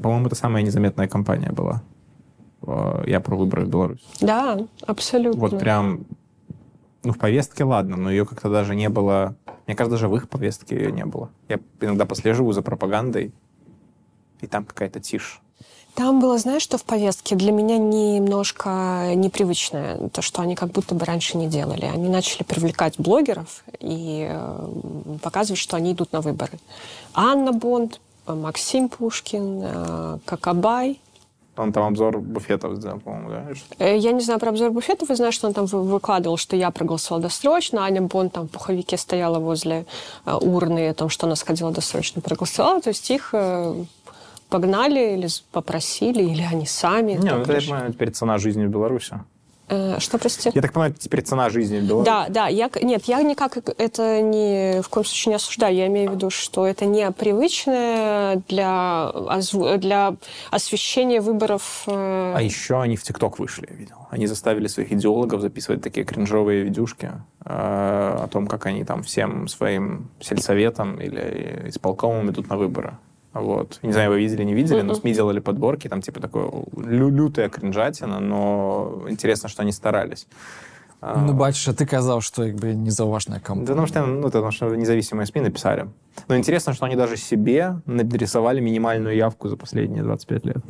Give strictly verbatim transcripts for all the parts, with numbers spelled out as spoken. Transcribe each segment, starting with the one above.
по-моему, это самая незаметная кампания была. Я про выборы в Беларуси. Да, абсолютно. Вот прям, ну, в повестке, ладно, но ее как-то даже не было. Мне кажется, даже в их повестке ее не было. Я иногда послеживаю за пропагандой, и там какая-то тишь. Там было, знаешь, что в повестке для меня немножко непривычное, то, что они как будто бы раньше не делали. Они начали привлекать блогеров и э, показывать, что они идут на выборы. Анна Бонд, Максим Пушкин, э, Какабай. Он там обзор буфетов сделал, по-моему, да? Я не знаю про обзор буфетов, я знаю, что он там выкладывал, что я проголосовала досрочно, Аня Бонд там в пуховике стояла возле э, урны, о том, что она сходила досрочно, проголосовала. То есть их э, погнали или попросили, или они сами. Не, ну это, я понимаю, теперь цена жизни в Беларуси. Э, что, простите? Я так понимаю, теперь цена жизни в Беларуси. Да, да. Я, нет, я никак это ни в коем случае не осуждаю. Я имею в виду, что это не привычное для, для освещения выборов. А еще они в ТикТок вышли, я видел. Они заставили своих идеологов записывать такие кринжовые видюшки э, о том, как они там всем своим сельсоветам или исполкомам идут на выборы. Вот. Не знаю, вы видели, не видели, но СМИ делали подборки, там типа такое лю- лютая кринжатина, но интересно, что они старались. Ну, бачиш, а ти казав, что якби незауважная компания. Да, потому что, ну, потому что независимые СМИ написали. Но интересно, что они даже себе нарисовали минимальную явку за последние двадцать пять лет.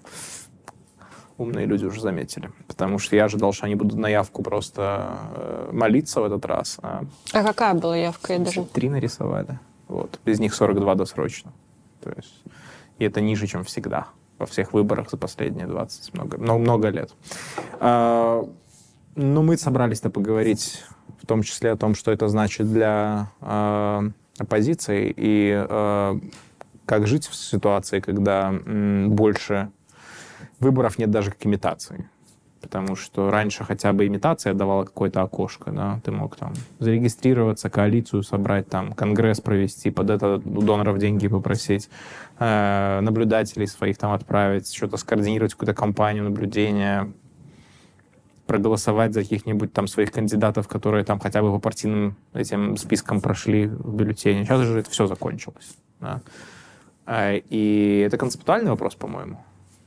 Умные люди уже заметили. Потому что я ожидал, что они будут на явку просто молиться в этот раз. А, а какая была явка? Я даже... Три нарисовали. Вот. Из них сорок два досрочно. То есть, и это ниже, чем всегда во всех выборах за последние двадцать много, много, много лет. А, но мы собрались-то поговорить в том числе о том, что это значит для а, оппозиции и а, как жить в ситуации, когда м, больше выборов нет даже как имитации. Потому что раньше хотя бы имитация давала какое-то окошко, да, ты мог там зарегистрироваться, коалицию собрать, там, конгресс провести, под это у доноров деньги попросить, э, наблюдателей своих там отправить, что-то скоординировать, какую-то кампанию наблюдения, проголосовать за каких-нибудь там своих кандидатов, которые там хотя бы по партийным этим спискам прошли в бюллетене. Сейчас же это все закончилось. Да. И это концептуальный вопрос, по-моему.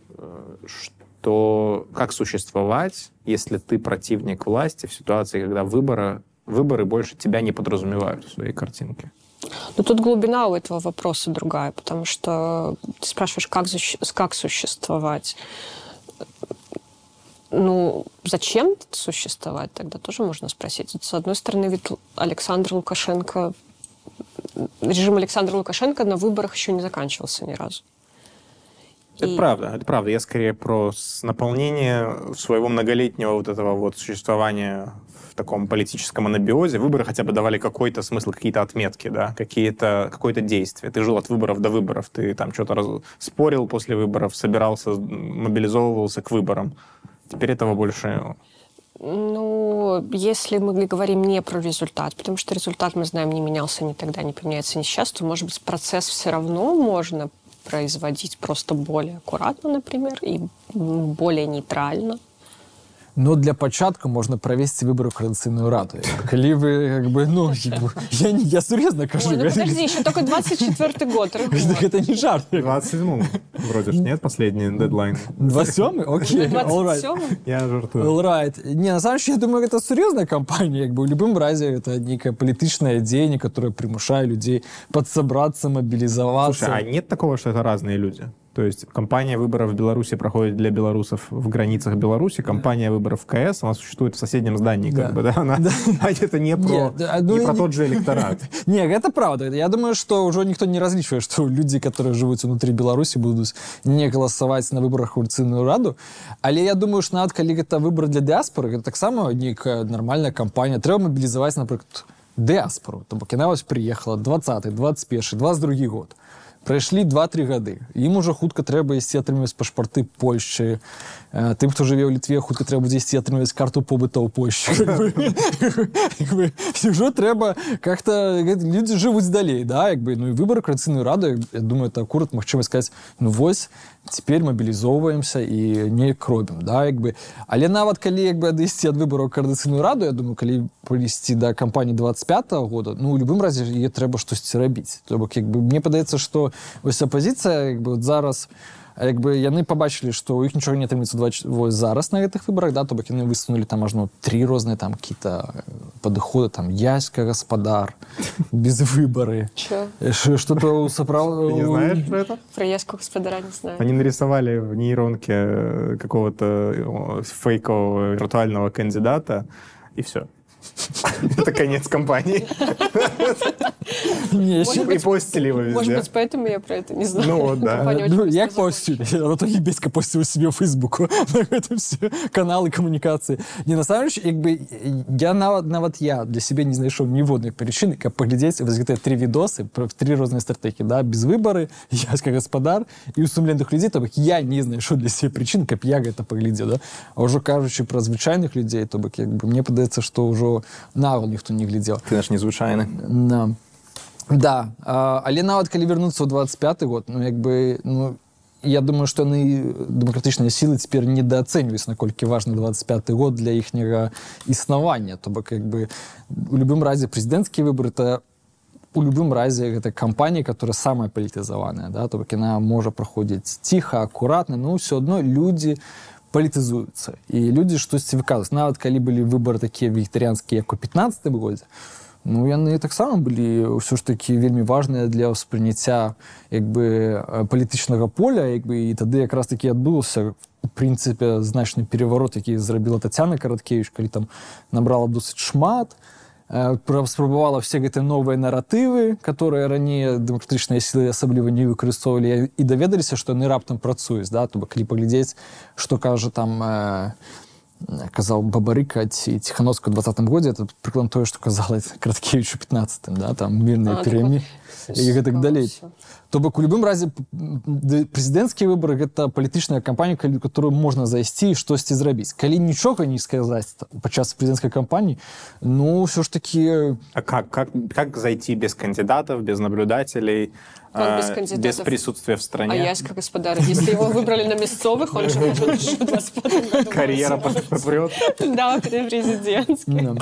То как существовать, если ты противник власти в ситуации, когда выборы, выборы больше тебя не подразумевают в своей картинке? Но тут глубина у этого вопроса другая, потому что ты спрашиваешь, как, как существовать. Ну, зачем существовать, тогда тоже можно спросить. С одной стороны, ведь Александр Лукашенко, режим Александра Лукашенко на выборах еще не заканчивался ни разу. Это и... правда, это правда. Я скорее про наполнение своего многолетнего вот этого вот существования в таком политическом анабиозе. Выборы хотя бы давали какой-то смысл, какие-то отметки, да, какие-то, какое-то действие. Ты жил от выборов до выборов, ты там что-то раз... спорил после выборов, собирался, мобилизовывался к выборам. Теперь этого больше... Ну, если мы говорим не про результат, потому что результат, мы знаем, не менялся ни тогда, не поменяется ни сейчас, то, может быть, процесс все равно можно производить просто более аккуратно, например, и более нейтрально. Ну, для початку можна провести вибори в Координаційну раду. Коли ви, якби, ну, я, я серйозно кажу. Ой, ну подожди, еще только двадцать четвертый год. Это не жарт. двадцать седьмому вроде ж нет, последний дедлайн. двадцать седьмый? Окей, двадцать седьмый? Я жартую. All right. Не, на самом деле, я думаю, это серьезная кампания. Якби, в любом разе, это некое политичное деяние, которое примушает людей подсобраться, мобилизоваться. Слушай, а нет такого, что это разные люди? То есть кампания выборов в Беларуси проходит для белорусов в границах Беларуси, кампания выборов в КС, она существует в соседнем здании, да. как бы, да? Она, да. А это не про, не, да, ну, не про не... тот же электорат. Нет, это правда. Я думаю, что уже никто не различивает, что люди, которые живут внутри Беларуси, будут не голосовать на выборах в Координаційну раду. Але я думаю, що навіть коли це вибори для діаспори, це так само нека нормальна кампанія. Треба мобілізувати, наприклад, діаспору. Тобто вона ось приїхала двадцятий, двадцять перший, двадцять другий год. Пройшли два-три гады. Ім уже хутка трэба ісці атрымліваць пашпарты Польшчы. Тым, хто жыве ў Літве, хутка трэба будзе ісці атрымліваць карту побыта ў Польшчы. Ўжо трэба как-то... Людзі жывуць далей, да? Ну і выбары в Координаційную раду, я думаю, это акурат магчыма сказаць, ну вось, цяпер мабілізоўваемся і неяк робім, да? Але нават калі адысці ад выбараў Координаційную раду, я думаю, калі прыйсці да кампаніі двадцать пятого года, ну, у любым разе яе трэба штосьці рабіць. То бок, мне падаецца, што ось апозіцыя, як бы, от зараз як бы яны побачылі, што ў іх нічога не атрымаецца зараз на гэтых выбарах, да, то бок яны высунулі там ажно тры розныя там какие-то падыходы, там яська гаспадар, без выбары. Чё? Что-то сапраўды... Ты не знаешь про это? Про яську гаспадара не знаю. Они нарисовали в нейронке какого-то фейкового виртуального кандидата, и все. Это конец кампании. И постили его везде. Может быть, поэтому я про это не знаю. Ну вот, да. Ну, як постили? А то Ебеська постил себе в Фейсбуку. Это все каналы коммуникации. Не, на самом деле, як бы, я нават, нават я для себя не знайшов ніводної причини, каб паглядзець вось гэтыя тры відосы про тры розныя стратегії, да, без выбары, яська гаспадар і у сумленных людзей, то бок я не знайшов для себе причин, каб я гэта паглядзеў, да. А ўжо кажучы про звычайных людзей, то бок як бы мне падаецца, што ўжо навал ніхто не глядзеў. Ты наш незвычайны. Да. Да, а, але нават калі вярнуцца ў двадцать пяты год, ну як бы, ну я думаю, што яны дэмакратычныя сілы цяпер недаацэньваюць, наколькі важны двадцать пяты год для іхняга існавання. То бок як бы у любым разе прэзідэнцкія выбары это у любым разе гэта кампанія, которая самая палітызаваная, да, то бок яна можа праходзіць ціха, акуратна, но ўсё адно людзі палітызуюцца. І людзі штосьці выказваюць. Нават калі былі выбары такія вегетарыянскія, як у пятнадцатым годзе, ну, яны таксама былі ўсё ж такі вельмі важныя для ўспрыняцця як бы палітычнага поля, як бы, і тады якраз такі адбыўся у прынцыпе значны пераварот, які зрабіла Тацяна Караткевіч, калі там набрала досыць шмат, спрабавала все гэтыя новыя наратывы, которые раней дэмакратычныя сілы асабліва не выкарыстоўвалі, і даведаліся, што яны раптам працуюць, да, то бок калі паглядзець, што кажа там э, казаў Бабарыка ці Ціхановска ў двадцатым годзе, это прыклад тое, што казала Караткевіч у пятнадцатым, да, там мірныя перамі і гэтак далей. То бок у любым разе прэзідэнцкія выбары гэта палітычная кампанія, калі которую можна зайсці і штосьці зрабіць. Калі нічога не сказаць падчас прэзідэнцкай кампаніі, ну ўсё ж такі... А как? Как, как зайти без кандидатов, без наблюдателей, Он без кандидатов. без присутствия в стране? А яська гаспадар, если его выбрали на местовых, он же может в двадцать пятом году. Карьера попрет. Да, президентская.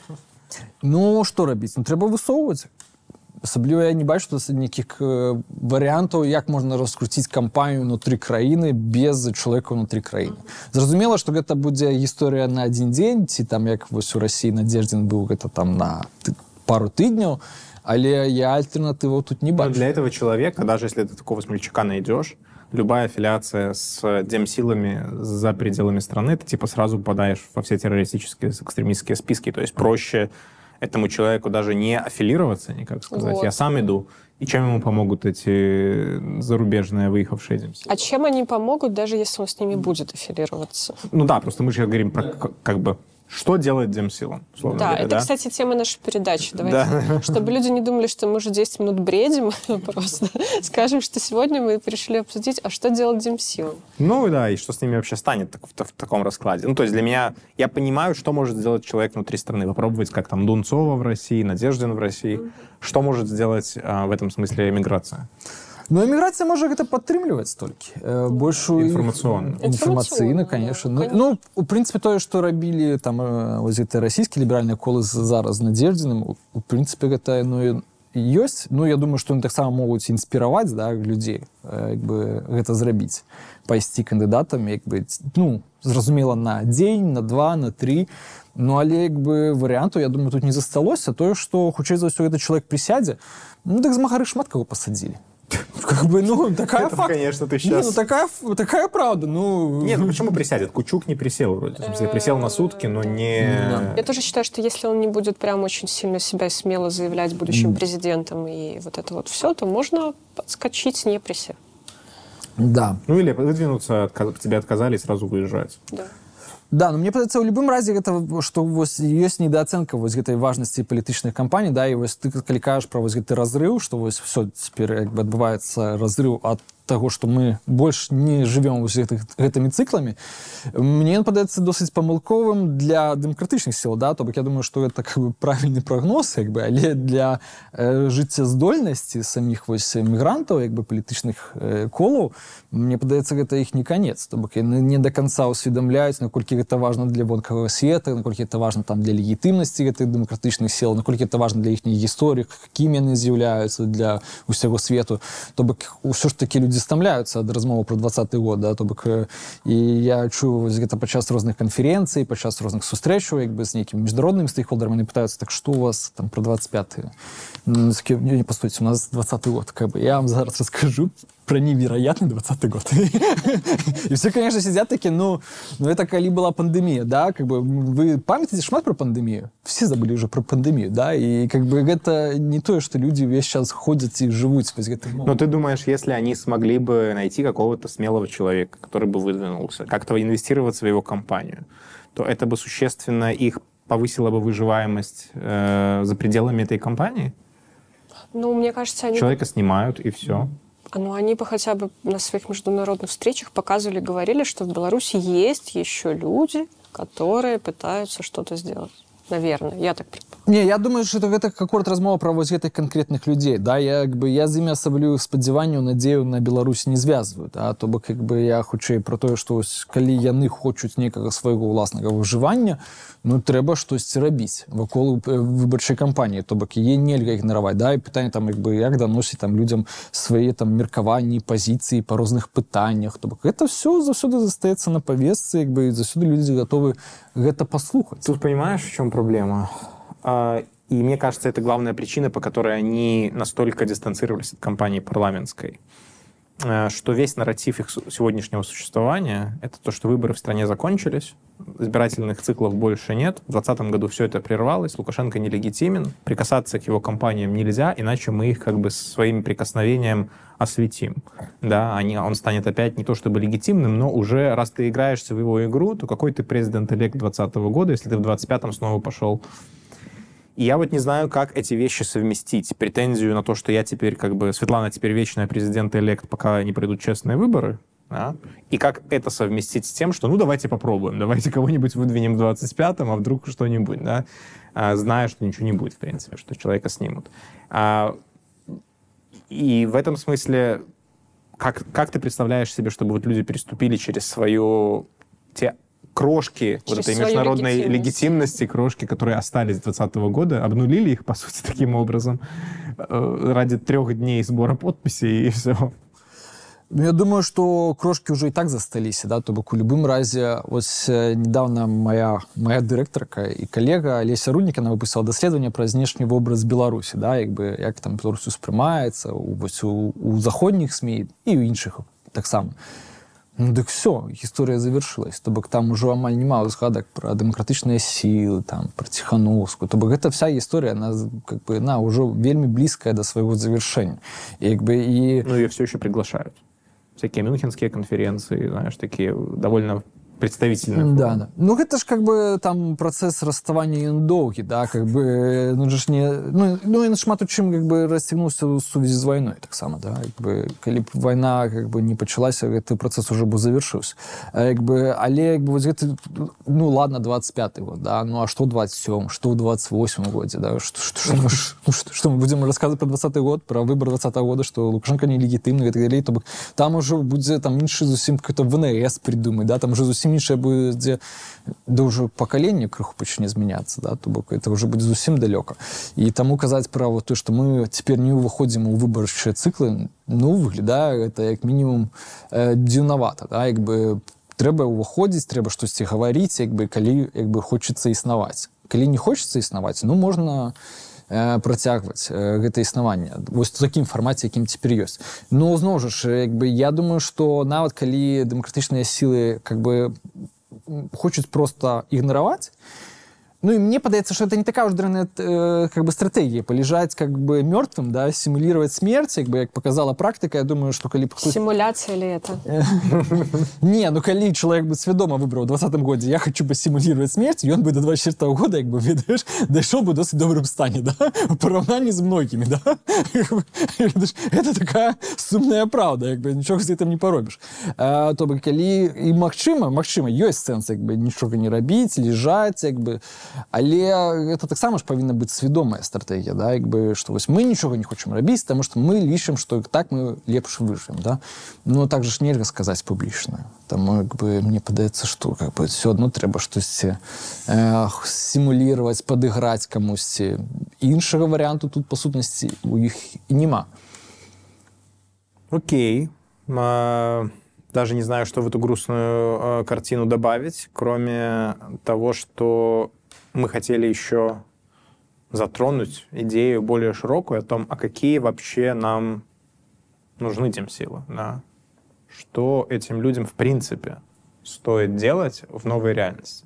Ну, што рабіць? Ну, трэба высоўваць. Асабліва я не бачу нейкіх э, варыянтаў, як можна раскруціць кампанію ўнутры краіны без чалавека ўнутры краіны. Зразумела, што гэта будзе гісторыя на адзін дзень, ці там, як вось у Расіі Надзеждзін быў гэта там на ты, пару тыдняў, але я альтэрнатываў тут не бачу. Но для этого человека, даже если ты такого смельчака найдешь, любая аффилиация с демсилами за пределами страны, ты типа сразу попадаешь во все террористические, экстремистские списки. То есть проще этому человеку даже не аффилироваться, никак сказать. Вот. Я сам иду. И чем ему помогут эти зарубежные выехавшие демсилы? А чем они помогут, даже если он с ними будет аффилироваться? Ну да, просто мы же говорим про как бы... Что делает демсилом? Да, говоря, это, да? Кстати, тема нашей передачи. Давайте, да. Чтобы люди не думали, что мы уже десять минут бредим, просто скажем, что сегодня мы пришли обсудить, а что делать демсилом? Ну да, и что с ними вообще станет в, в таком раскладе. Ну то есть для меня, я понимаю, что может сделать человек внутри страны. Попробовать, как там Дунцова в России, Надеждин в России. Mm-hmm. Что может сделать а, в этом смысле эмиграция? Ну, эміграцыя можа гэта падтрымліваць толькі. Э, большую... Інфармацыйна. Інфармацыйна, конечно. Ну, ну, у прынцыпе, тое, што рабілі там вось гэтыя расійскія ліберальныя колы зараз з Надзеждзіным, у прынцыпе, гэта ну, ёсць. Ну, я думаю, што яны таксама могуць інспіраваць, да, людзей, як бы гэта зрабіць. Пайсці кандыдатам, як бы, ну, зразумела, на дзень, на два, на тры. Ну, але, як бы, варыянту, я думаю, тут не засталося. Тое, што, хутчэй за ўсё, гэты чалавек прысядзе, ну, так змагары шмат каго пасадзілі. Как бы, ну, такая это, факт. конечно, ты сейчас... Не, ну, такая, такая правда, ну... Не, ну почему присядет? Кучук не присел вроде. В смысле, присел на сутки, но не... Я тоже считаю, что если он не будет прям очень сильно себя смело заявлять будущим президентом и вот это вот все, то можно подскочить, не присев. Да. Ну, или выдвинуться, тебе отказали и сразу выезжать. Да. Да, но мне падаецца, ў любым разе гэта, што вось ёсць недаацэнка вось гэтай важнасці палітычных кампаній, да, і вось ты калі кажаш пра вось гэты разрыў, што вось всё цяпер як бы адбываецца разрыў ад таго, што мы больш не жывём вось гэтых, гэтымі цыкламі, мне падаецца досыць памылковым для дэмакратычных сіл, да, то бок я думаю, што гэта как бы правільны прагноз, як бы, але для э, жыццяздольнасці саміх вось мігрантаў, як бы палітычных э, колаў, мне падаецца, гэта іх не канец, то бок яны не да канца ўсведамляюць, наколькі гэта важна для вонкавага света, наколькі гэта важна там для легітымнасці гэтых дэмакратычных сіл, наколькі гэта важна для іхняй гісторыі, кім яны з'яўляюцца для ўсяго свету, то бок усё ж такі людзі людзі стамляюцца ад размовы про двадцаты год, да, то бок і я чую гэта падчас розных канферэнцый, падчас розных сустрэчаў як бы з нейкімі міжнароднымі стейкхолдарамі пытаюцца, так што у вас там про двадцать пятый? Ну, не, постойте, у нас двадцатый год, как бы я вам зараз расскажу про невероятный двадцатый год. И все, конечно, сидят такие, ну, ну это коли была пандемия, да, как бы вы памятаете шмат про пандемию? Все забыли уже про пандемию, да, и как бы это не то, что люди весь сейчас ходят и живут. Но ты думаешь, если они смогли бы найти какого-то смелого человека, который бы выдвинулся, как-то инвестироваться в его компанию, то это бы существенно их повысило бы выживаемость э, за пределами этой компании? Ну, мне кажется, они... Человека снимают, и все. Ну, они бы хотя бы на своих международных встречах показывали, говорили, что в Беларуси есть еще люди, которые пытаются что-то сделать. Наверное, я так предполагаю. Не, я думаю, что это какая-то размова про вот этих конкретных людей, да, я как бы, я з імі асаблівых спадзяванняў, надзею на Беларусь не звязваю, да, то бок, как бы, я хутчэй про тое, што калі яны хочуць некага свайго ўласнага выжывання, ну, трэба штосьці рабіць вакол выбарчай кампаніі, то бок, яе нельга ігнараваць, да, і пытанне там, як бы, як даносіць там людзям свае там меркаванні, пазіцыі па розных пытаннях, то бок, это все заўсёды застаецца на павесцы, як бы, і заўсёды людзі гатовы гэта паслухаць. Тут понимаешь, в чем проблема? И мне кажется, это главная причина, по которой они настолько дистанцировались от кампании парламентской, что весь нарратив их сегодняшнего существования — это то, что выборы в стране закончились, избирательных циклов больше нет, в двадцатом году все это прервалось, Лукашенко нелегитимен, прикасаться к его кампаниям нельзя, иначе мы их как бы своим прикосновением осветим. Да, они, он станет опять не то чтобы легитимным, но уже раз ты играешься в его игру, то какой ты президент-элект двадцатого года, если ты в двадцать пятом снова пошел. И я вот не знаю, как эти вещи совместить. Претензию на то, что я теперь, как бы, Светлана теперь вечная президент-элект, пока не пройдут честные выборы, да? И как это совместить с тем, что, ну, давайте попробуем, давайте кого-нибудь выдвинем в двадцать пятом, а вдруг что-нибудь, да? А, зная, что ничего не будет, в принципе, что человека снимут. А, и в этом смысле, как, как ты представляешь себе, чтобы вот люди переступили через свою... те крошки вот этой международной легитимность. легитимности, крошки, которые остались с двадцатого года, обнулили их, по сути, таким образом, ради трех дней сбора подписей и все. Я думаю, что крошки уже и так засталіся, да, то бок у любым разе, ось недавно моя, моя дырэктарка і калега Олеся Руднік, она выпустила даследаванне пра знешні вобраз Беларусі, да, як бы, як там Беларусь успрымаецца у, у, у заходніх СМІ і ў іншых таксама. Ну, так все, гісторыя завершилась. То бок там ужо амаль нема згадак пра дэмакратычныя сілы, там, пра Ціхановскую. То бок гэта вся гісторыя, она, как бы, она ўжо вельмі блізкая да свайго завершэння. І, як бы, і... Ну, ее все еще приглашают. Всякие мюнхенские конференции, знаешь, такие довольно представительные. Да, да. Ну, гэта ж, как бы, там працэс расставання ён доўгі, да, как бы, ну, ж не... Ну, ну і шмат у чым, как бы, расцягнуўся ў сувязі з вайной, таксама, да, як бы, калі б вайна, как бы, не пачалася, гэты працэс уже бы завершыўся. А, як бы, але, як бы, вось гэты, ну, ладно, двадцать пятый год, да, ну, а што ў двадцать сёмым, што ў двадцать восьмым годзе, да, што, што, што, ну, што, што мы будзем расказваць пра двадцаты год, пра выбор двадцатого года, што Лукашенко нелегітымны, і так далей, то бок, там ужо будзе, там, іншы зусім какой-то ВНС придумаць, да, там уже зусім іншае будзе, да ўжо пакаленне крыху пачне змяняцца, да, то бок это ўжо будзе зусім далёка. І таму казаць пра вот то, што мы цяпер не ўваходзім у выбарчыя цыклы, ну, выглядае гэта як мінімум э, дзіўнавата, да, як бы трэба ўваходзіць, трэба штосьці гаварыць, як бы калі як бы хочацца існаваць. Калі не хочацца існаваць, ну, можна э, працягваць э, гэта існаванне. Вось у такім фармаце, якім цяпер ёсць. Ну, зноў жа ж, як бы, я думаю, што нават калі дэмакратычныя сілы, как бы, хочуць просто ігнараваць, ну, и мне подается, что это не такая уж дрянная э, как бы стратегия. Полежать как бы мертвым, да, симулировать смерть, как бы, как показала практика, я думаю, что коли... Симуляция ли это? Не, ну, коли человек бы сведомо выбрал в двадцатом году, я хочу посимулировать смерть, и он бы до двадцать четвёртого года, как бы, видишь, дошел бы в досить добром стане, да, в поравнании с многими, да. Это такая сумная правда, как бы, ничего с этим не поробишь. А, то бы, коли и магчыма, магчыма, есть сенс, как бы, ничего не робить, лежать, как бы. Але это таксама ж павінна быць свядомая стратэгія, да, як бы, што вось мы нічога не хочам рабіць, таму што мы лічым, што так мы лепш выжывем, да. Но так же ж нельга сказаць публічна. Таму, як бы, мне падаецца, што, как бы, все адно трэба штосьці э, сімулировать, падыграць камусьці. Іншага варыянту тут, па сутнасці, у іх і нема. Окей. Даже не знаю, что в эту грустную картину добавить, кроме того, что мы хотели еще затронуть идею более широкую о том, а какие вообще нам нужны тем-силы, да? Что этим людям в принципе стоит делать в новой реальности.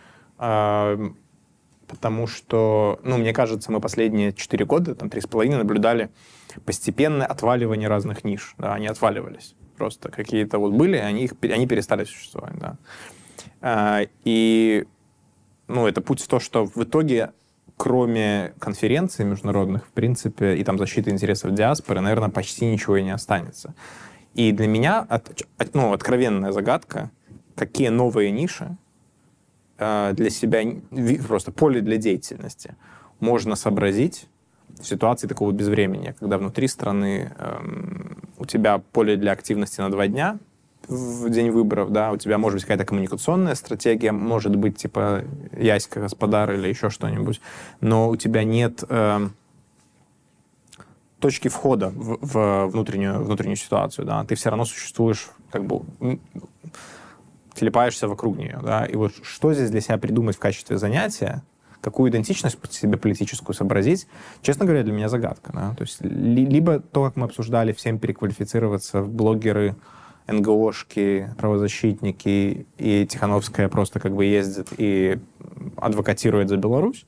Потому что, ну, мне кажется, мы последние четыре года, там, три с половиной, наблюдали постепенное отваливание разных ниш. Да, они отваливались. Просто какие-то вот были, они, их, они перестали существовать. Да. А, и, ну, это путь в то, что в итоге, кроме конференций международных, в принципе, и там защиты интересов диаспоры, наверное, почти ничего и не останется. И для меня, от, ну, откровенная загадка, какие новые ниши для себя, просто поле для деятельности можно сообразить в ситуации такого безвремени, когда внутри страны эм, у тебя поле для активности на два дня в день выборов, да, у тебя может быть какая-то коммуникационная стратегия, может быть, типа Яська, Господар или еще что-нибудь, но у тебя нет эм, точки входа в, в внутреннюю, внутреннюю ситуацию, да, ты все равно существуешь как бы... телепаешься вокруг нее, да, и вот что здесь для себя придумать в качестве занятия, какую идентичность себе политическую сообразить, честно говоря, для меня загадка, да, то есть ли, либо то, как мы обсуждали, всем переквалифицироваться в блогеры, эн гэ о-шки, правозащитники, и Тихановская просто как бы ездит и адвокатирует за Беларусь,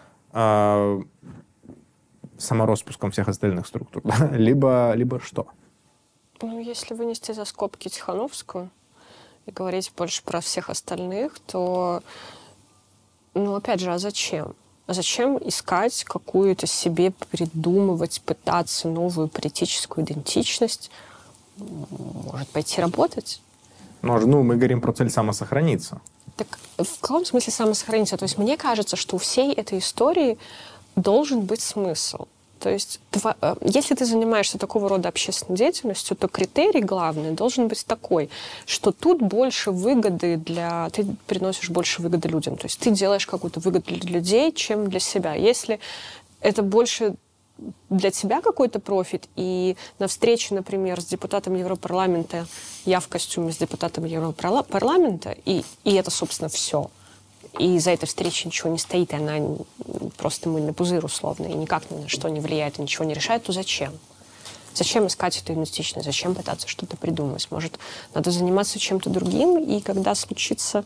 э, самороспуском всех остальных структур, да? либо, либо что? Ну, если вынести за скобки Тихановскую, и говорить больше про всех остальных, то, ну, опять же, а зачем? А зачем искать какую-то себе, придумывать, пытаться новую политическую идентичность? Может пойти работать? Ну, ну, мы говорим про цель самосохраниться. Так в каком смысле самосохраниться? То есть мне кажется, что у всей этой истории должен быть смысл. То есть, если ты занимаешься такого рода общественной деятельностью, то критерий главный должен быть такой, что тут больше выгоды для... Ты приносишь больше выгоды людям. То есть ты делаешь какую-то выгоду для людей, чем для себя. Если это больше для тебя какой-то профит, и на встрече, например, с депутатом Европарламента, я в костюме с депутатом Европарламента, и, и это, собственно, все. И за этой встречей ничего не стоит, и она просто мыльный пузырь условно, и никак ни на что не влияет, и ничего не решает, то зачем? Зачем искать эту идентичность? Зачем пытаться что-то придумать? Может, надо заниматься чем-то другим, и когда случится,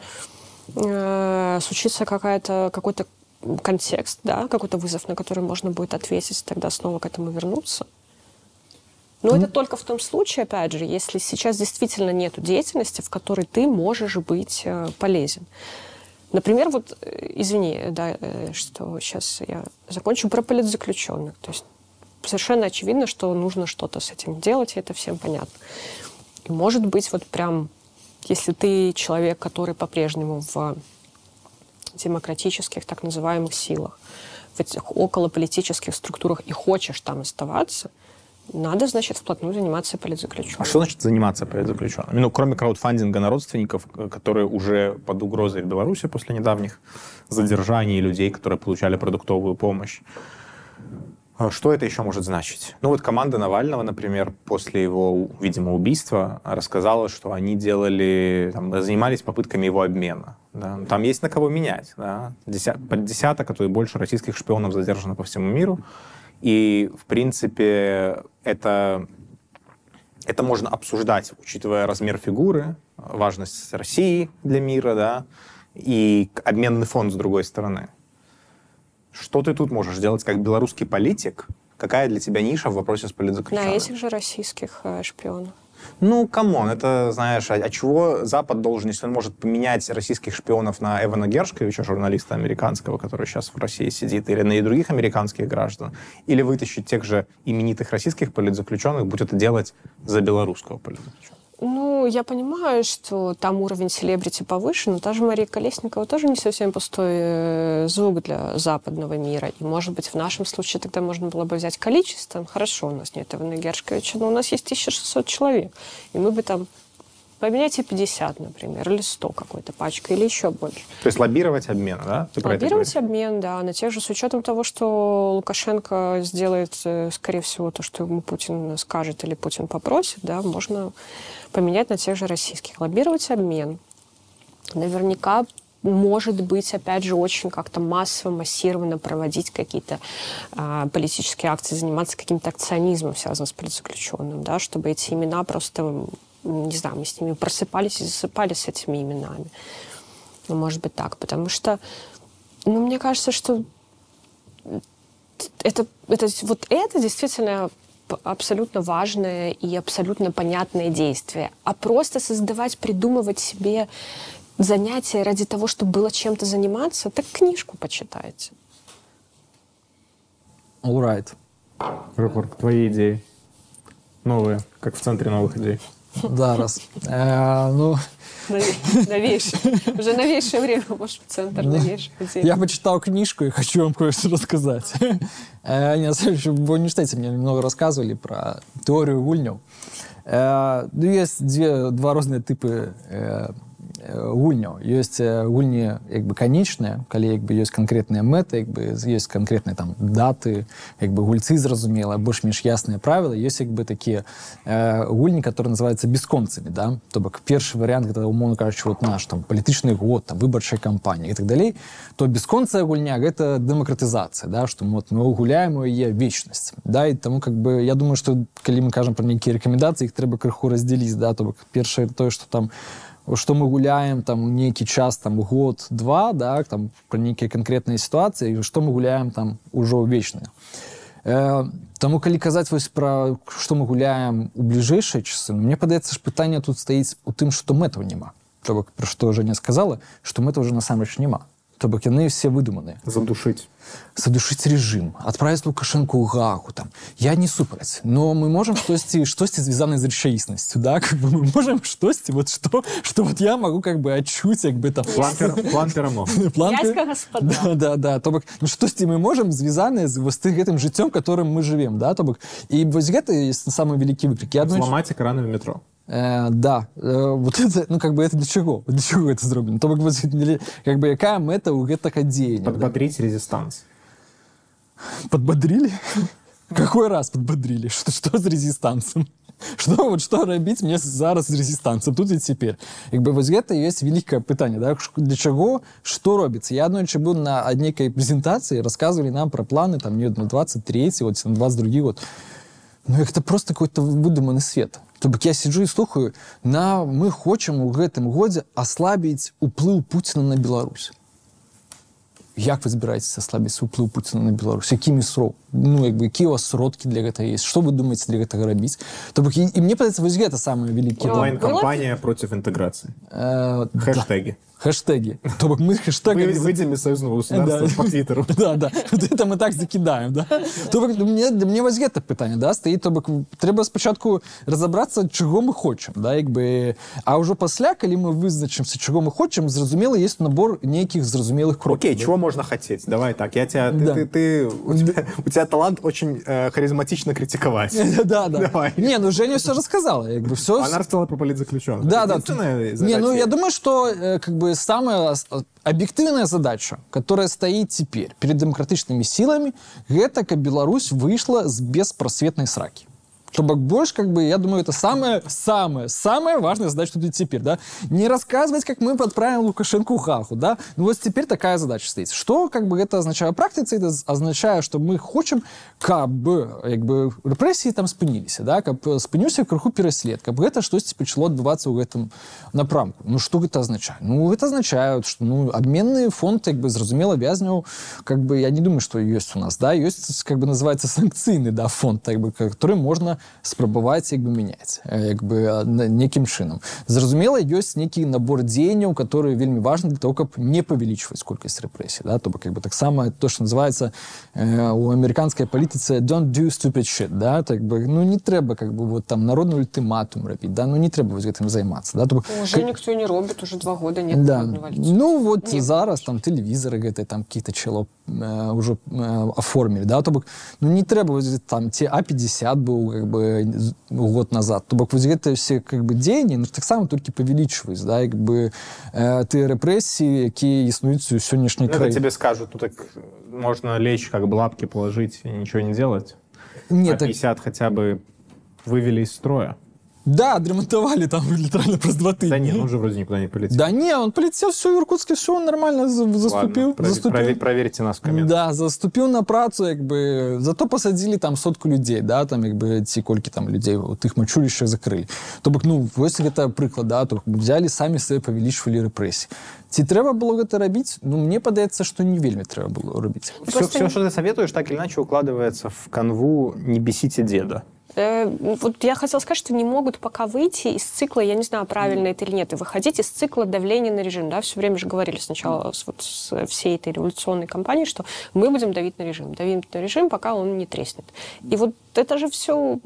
э, случится какая-то, какой-то контекст, да, какой-то вызов, на который можно будет ответить, тогда снова к этому вернуться. Но mm-hmm. это только в том случае, опять же, если сейчас действительно нет деятельности, в которой ты можешь быть э, полезен. Например, вот, извини, да, что сейчас я закончу, про политзаключенных. То есть совершенно очевидно, что нужно что-то с этим делать, и это всем понятно. И может быть, вот прям, если ты человек, который по-прежнему в демократических так называемых силах, в этих околополитических структурах и хочешь там оставаться, надо, значит, вплотную заниматься политзаключенными. А что значит заниматься политзаключенными? Ну, кроме краудфандинга на родственников, которые уже под угрозой в Беларуси после недавних задержаний людей, которые получали продуктовую помощь. Что это еще может значить? Ну, вот команда Навального, например, после его, видимо, убийства рассказала, что они делали, там, занимались попытками его обмена. Да? Там есть на кого менять. Да? Под десяток, а то и больше российских шпионов задержано по всему миру. И, в принципе, это, это можно обсуждать, учитывая размер фигуры, важность России для мира, да, и обменный фонд с другой стороны. Что ты тут можешь делать как белорусский политик? Какая для тебя ниша в вопросе с политзаключенными? На этих же российских э, шпионов. Ну, камон, это, знаешь, а, а чего Запад должен, если он может поменять российских шпионов на Эвана Гершковича, журналиста американского, который сейчас в России сидит, или на других американских граждан, или вытащить тех же именитых российских политзаключенных, будет это делать за белорусского политзаключенного? Ну, я понимаю, что там уровень селебрити повыше, но та же Мария Колесникова тоже не совсем пустой звук для западного мира. И, может быть, в нашем случае тогда можно было бы взять количеством. Хорошо, у нас нет Ивана Гершковича, но у нас есть тысяча шестьсот человек. И мы бы там Поменяйте пятьдесят, например, или сто какой-то пачкой, или еще больше. То есть лоббировать обмен, да? Ты Лоббировать обмен, да, на тех же, с учетом того, что Лукашенко сделает, скорее всего, то, что ему Путин скажет или Путин попросит, да, можно поменять на тех же российских. Лоббировать обмен. Наверняка, может быть, опять же, очень как-то массово, массированно проводить какие-то э, политические акции, заниматься каким-то акционизмом, связанным с политзаключенным, да, чтобы эти имена просто, не знаю, мы с ними просыпались и засыпали с этими именами. Ну, может быть, так. Потому что, ну, мне кажется, что это, это, вот это действительно абсолютно важное и абсолютно понятное действие. А просто создавать, придумывать себе занятия ради того, чтобы было чем-то заниматься, так книжку почитайте. All right. Рухорг, твои идеи новые, как в центре новых идей. Да, раз. Э, ну, Новейшее. Уже новейшее время, может, в центр новейших идей. я почитал книжку и хочу вам кое-что рассказать. Э, не, в университете мне немного рассказывали про теорию гульню. Э, ну, есть две, два разные типы э, гульню. Есть гульні якби конечні, коли якби є конкретні мети, якби є конкретні там дати, якби гульці зрозуміли, більш-менш ясні правила. Є якби такі е, гульні, які називаються безконцями, да? Тобто перший варіант, це, умовно кажучи, от наш там політичний год, там виборча кампанія і так далі, то безконця гульня – це демократизація, да? Що ми, от, ми гуляємо і є вічність. Да? І тому, якби, я думаю, що коли ми кажемо про які рекомендації, їх треба криху розділити. Да? Тобто перше – те, що там что мы гуляем там некий час, там год-два, да, там про некие конкретные ситуации, и что мы гуляем там уже вечные. Э, тому, коли казать вось про что мы гуляем у ближайшие часы, мне падаецца, что питание тут стоит у тым, что мэтаў нема. То бок, про что Женя сказала, что мэтаў уже насамрэч нема. То бок, яны все выдуманыя. Задушить. Задушить режим, отправить Лукашенко у Гаагу. Там. Я не супраць, но мы можем штосьці, штосьці звязанае з рэчаіснасцю, да? Как бы мы можем штосьці, вот что, что вот я могу как бы адчуць, як бы там... План, план перамог. Дядька господа. Да, да, да. То бок, ну штосьці мы можем звязанае з вось гэтым жыццём, которым мы живем, да? То бок, и вось гэта есть самый великий выкрик. Я Взломать экраны в метро. Э, да, э, вот это, ну как бы это для чего? Для чего это зроблено? То бок, как бы, якая мэта у гэтага дзеяння? Подбодрить да? резистанс. Подбодрили? Какой раз подбодрили? Что, что с резистансом? Что, вот, что робить мне зараз с резистансом? Тут и теперь. Как бы вот это есть великое питание. Да? Для чего? Что робится? Я одной был на некой презентации, рассказывали нам про планы там, не на двадцать третий, вот, на двадцать другой год. Ну, это просто какой-то выдуманный свет. То бок я сиджу и слухаю, на, мы хочем у гэтым годзе ослабить уплыў Путина на Беларусь. Як вы збираетесь ослабить уплыў Путина на Беларусь? Якімі срок? Ну, як бы, якія у вас сродкі для гэтага есть? Что вы думаете для гэтага рабіць? То бок, і, і мне падаецца, вось гэта самое великое. Онлайн-кампания против интеграции. Э, Хэштеги. Да. Хэштеги. То бок мы хэштегами... Вы, выйдем из союзного государства да. по Твиттеру. Да, да. Вот это мы так закидаем, да? То бок, мне, для мне вось гэта пытанне, да, стаіць. То бок, трэба спачатку разобрацца, чаго мы хочам, да, як бы... А ўжо пасля, калі мы вызначымся, чаго мы хочам, зразумела, есть набор нейкіх зразумелых крокаў. Окей, да? чего можно хотеть? Давай так, я тебя... Ты, Да. ты, ты, у, тебя, у тебя талант очень э, харизматично критиковать. Да, да. Давай. Не, ну Женя все рассказала. Как бы все... Она рассказала про политзаключенных. Да, да. Единственная Не, ну задача- я думаю, что э, как бы самая ос- объективная задача, которая стоит теперь перед демократичными силами, это как Беларусь вышла с беспросветной сраки. То бок больше, как бы, я думаю, это самая, самая, самая важная задача тут и теперь, да. Не рассказывать, как мы отправим Лукашенко в Гаагу, да. Ну вот теперь такая задача стоит. Что, как бы, это означает в практике? Это означает, что мы хотим, как бы, как бы, репрессии там спынились, да, как бы спынился в крыху переслед, как бы это что-то начало отбываться в этом напрамку. Ну что это означает? Ну это означает, что, ну, обменный фонд, как бы, зразумела вязняў, как бы, я не думаю, что есть у нас, да, есть, как бы, называется санкцийный, да, фонд, как бы, который можно спрабаваць як бы мяняць як бы некім чынам. Зразумела, ёсць нейкі набор дзеянняў, которые вельмі важны для того, каб не павялічваць колькасць рэпрэсій, да, то бок как бы таксама то, што называецца э, у амерыканскай палітыцы don't do stupid shit, да, так бы, ну не трэба как бы вот там народны ультыматум рабіць, да, ну не трэба вось гэтым займацца, да, то бок уже как... никто не робит, уже два года нет. Да. Ну вот нет. зараз там тэлевізары гэты там какие-то чело э, уже э, оформили, да, то бок, ну не трэба там ці А пятьдесят быў как бы год назад, то бок вось гэтыя все как бы дзеянні, ну таксама толькі павялічваюць, да, як бы э, тыя рэпрэсіі, якія існуюць у сённяшняй Это краіне. тебе скажут, ну так можно лечь, как бы лапки положить и ничего не делать. Нет, а пятьдесят так... хотя бы вывели из строя. Да, отремонтовали там лiterально просто два тыдні. Да нет, он же вроде никуда не полетел. Да не, он полетел, все, в Иркутске, все, он нормально заступил. Ладно, заступил. Провер, проверьте нас в комментах. Да, заступил на працу, как бы, зато посадили там сотку людей, да, там, как бы, ці колькі там людей, вот их мачулішча закрыли. То бок, ну, вось гэта прыклад, да, то взяли, самі себе павялічвалі рэпрэсіі. Ці трэба было гэта рабіць? Ну, мне падаецца, што не вельмі трэба было рабіць. Все, Просто... все, что ты советуешь, так или иначе укладывается в канву «Не бесите деда». Вот я хотела сказать, что не могут пока выйти из цикла, я не знаю, правильно это или нет, и выходить из цикла давления на режим. Да? Все время же говорили сначала с, вот, с всей этой революционной кампании, что мы будем давить на режим, давить на режим, пока он не треснет. И вот это же все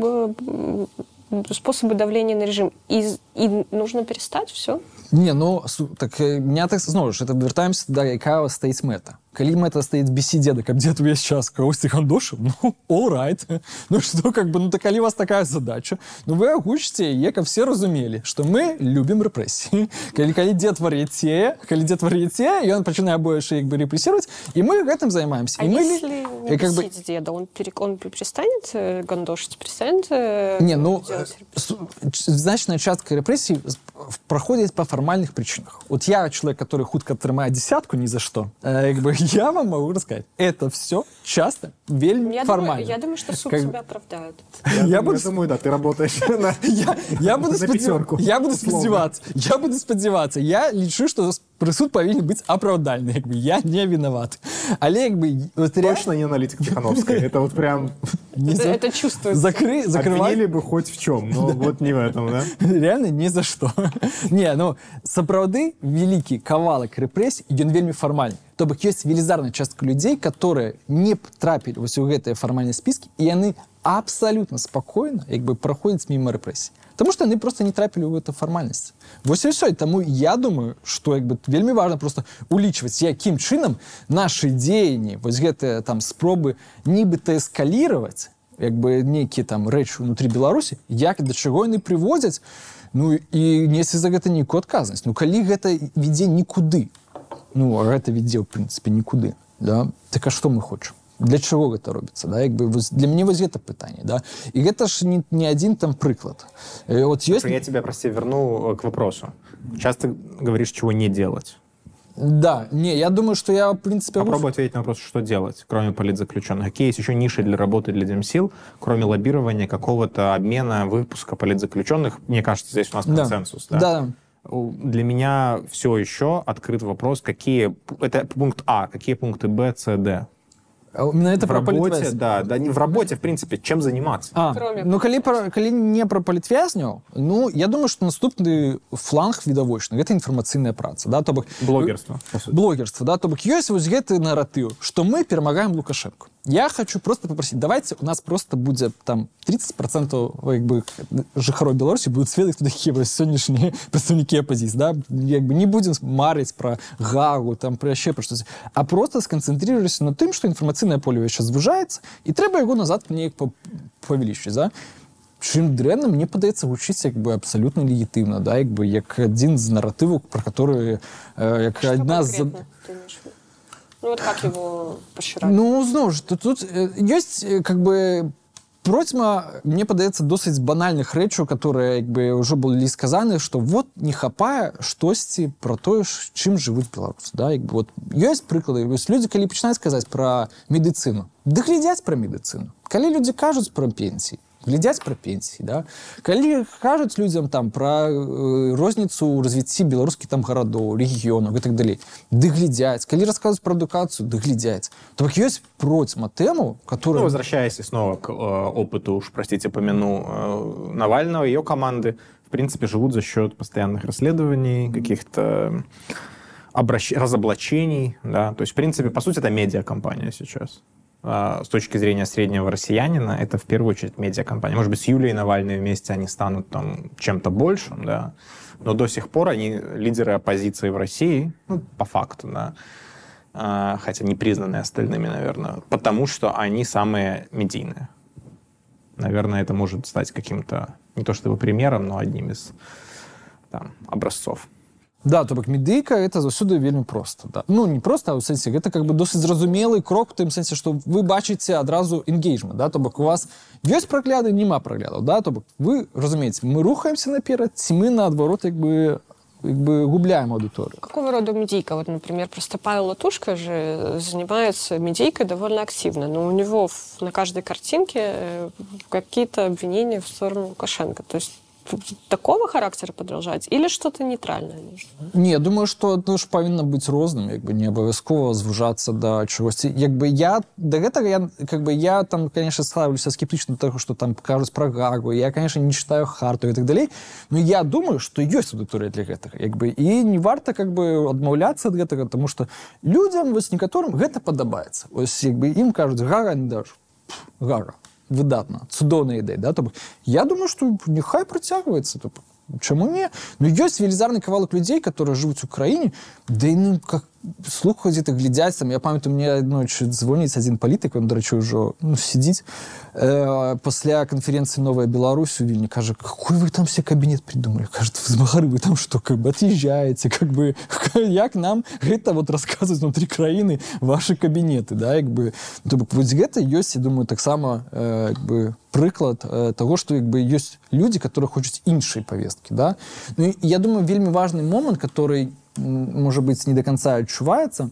способы давления на режим. И, и нужно перестать все. Не, ну, так, меня так, знову ж, это вертаемся да, яка стаіць мэта. Калі мэта стаіць бесі деда, каб дед увесь час кагосьці гандошыў, ну, all right. Ну, что, как бы, ну, так, калі у вас такая задача, ну, вы агучыце яе, каб все разумелі, што мы любім рэпрэсіі. Калі, калі дед вар'яцее, калі дед вар'яцее, і он пачынае больше, як бы, рэпрэсіраваць, і мы гэтым займаемся. А і мы, если не и, как бы... деда, он, пере... он перестанет гандошить, перестанет не, ну, делать рэпрэсіі? Значная частка рэпрэсій проходит по формальных причинах. Вот я человек, который хутко отрымает десятку ни за что, э, как бы я вам могу рассказать, это все часто вельми я формально. Думаю, я думаю, что суд как... тебя оправдает. Я, я, думаю, буду... я думаю, да, ты работаешь на Я буду сподіватися. Я буду сподіватися. Я буду сподіватися. Я лічу, що присуд повинен бути оправдальний. Якби я не виноват. Але якби вот точно не аналитик Тихановская. Это вот прям это чувствуется. Закры, закрывай. Обвинили бы хоть в чем, но вот не в этом, да? Реально ни за что. Не, ну, сапраўды вялікі кавалак рэпрэсій, ён вельмі фармальны. То бок ёсць велізарная частка людзей, которые не трапілі вось у гэтыя фармальныя спіскі, і яны абсалютна спакойна як бы праходзяць міма рэпрэсій. Таму што яны просто не трапілі ў гэту фармальнасць. Вось і ўсё. Таму я думаю, што як бы вельмі важна просто улічваць, якім чынам нашы дзеянні, вось гэтыя там спробы нібыта эскаліраваць, як бы нейкія там рэчы ўнутры Беларусі, як да чаго яны прыводзяць, ну і несці за гэта нейкую адказнасць. Ну калі гэта вядзе нікуды, ну а гэта вядзе ў прынцыпе нікуды, да? Так а што мы хочам? Для чаго гэта робіцца, да? Як бы для мяне вось гэта пытанне, да? І гэта ж не, не один там прыклад. И вот есть... Я тебя, прости, верну к вопросу. Часто говоришь, чего не делать. Да, не, я думаю, что я, в принципе... Попробуй ответить на вопрос, что делать, кроме политзаключенных. Какие есть еще ниши для работы для Демсил, кроме лоббирования, какого-то обмена, выпуска политзаключенных? Мне кажется, здесь у нас консенсус. Да. Да. Для меня все еще открыт вопрос, какие... Это пункт А, какие пункты Б, С, Д? Именно это в про работе, да, да, не в работе, в принципе, чем заниматься. А, ну, калі, про, калі не про палітвязняў, ну, я думаю, что наступны фланг відавочны, гэта інфармацыйная праца, да, то бок... Блогерство. Блогерство, да, то бок ёсць вось гэты наратыў, што мы перамагаем Лукашенко. Я хочу просто попросить, давайте у нас просто будет там тридцать процентов как бы, жыхароў Беларусі будут сведаць, кто такие сённяшнія прадстаўнікі апозіцыі, да? Як бы не будем марыць про Гагу, там, про яшчэ про штось, а просто сконцэнтрыруемся на тым, што інфармацыйнае поле сейчас звужаецца, і трэба яго назад неяк павялічыць, да? Чым дрэнна, мне падаецца гучыць як бы абсалютна легітымна, да, як бы як адзін з наратываў, про которые э, як адна з... Ну вот как его поширать? Ну, зноў ж, тут, тут ёсць как бы процьма, мне падаецца, досыць банальных рэчаў, которые як бы ўжо былі сказаны, што вот не хапае штосьці про тое, чым жывуць беларусы, да, як бы вот ёсць прыклады, ёсць людзі, калі пачынаюць казаць про медыцыну, да глядзяць про медыцыну. Калі людзі кажуць про пенсіі, глядяць про пенсіі, да? Калі кажуць людзям там про э, розніцу ў развіцці беларускіх там гарадоў, рэгіёнаў і так далей, ды глядяць. Калі расказваюць про адукацыю, ды глядяць. То так ёсць процьма тэму, которая... Ну, возвращаясь снова к э, опыту, уж, простите, помяну э, Навального, ее команды, в принципе, живут за счет постоянных расследований, каких-то обращ... разоблачений, да, то есть, в принципе, по сути, это медиакомпания сейчас. С точки зрения среднего россиянина, это в первую очередь медиакомпания. Может быть, с Юлией Навальной вместе они станут там чем-то большим, да, но до сих пор они лидеры оппозиции в России, ну, по факту, да. хотя не признанные остальными, наверное, потому что они самые медийные. Наверное, это может стать каким-то, не то чтобы примером, но одним из там, образцов. Да, то бок медыйка это заўсёды вельмі проста, да. Ну не просто, а ў сэнсе гэта как бы досыць зразумелы крок у тым сэнсе, што вы бачыце адразу engagement, да, то бок у вас ёсць прагляды, няма праглядаў, да, то бок вы разумееце, мы рухаемся наперад, ці мы наадварот як бы как бы губляем аудиторию. Какого рода медийка? Вот, например, просто Павел Латушко же занимается медийкой довольно активно, но у него в, на каждой картинке какие-то обвинения в сторону Лукашенко. То есть такого характера продолжать или что-то нейтральное нужно? Не, я думаю, что это ж павінна быць розным, як бы не абавязкова звужацца да чагосьці. Як бы я да гэтага я как бы я там, конечно, ставлюся скептычна да таго, што там кажуць пра Гаагу. Я, конечно, не читаю харту і так далей, но я думаю, што ёсць аўдыторыя для гэтага. Як бы і не варта как бы адмаўляцца ад гэтага, тому што людзям вось некаторым гэта падабаецца. Вось як бы ім кажуць Гага, не даш. Гага. Выдатна, цудоўная ідэя, да, то бок я думаю, што няхай працягваецца, то чаму не? Ну ёсць велізарны кавалак людзей, которые жывуць у краіне, да і ну как слухаць это глядзяць там, я памятаю, мне аднойчы звоніць адзін палітык, он, дарэчы, ўжо ну, сидзіць э, пасля канференцыі «Новая Беларусь» у Вільні, кажа, какой вы там все кабінет придумали? Кажет, змагары, вы там что, как бы отъезжаете, как бы, як нам гэта вот рассказывать внутри краіны ваши кабінеты, да, як бы, то бок вось гэта ёсць, я думаю, таксама э, як бы прыклад э, того, что як бы ёсць люди, которые хочуць іншай повестки, да. Ну, і, я думаю, вельмі важный момент, который может быть, не до конца адчуваецца,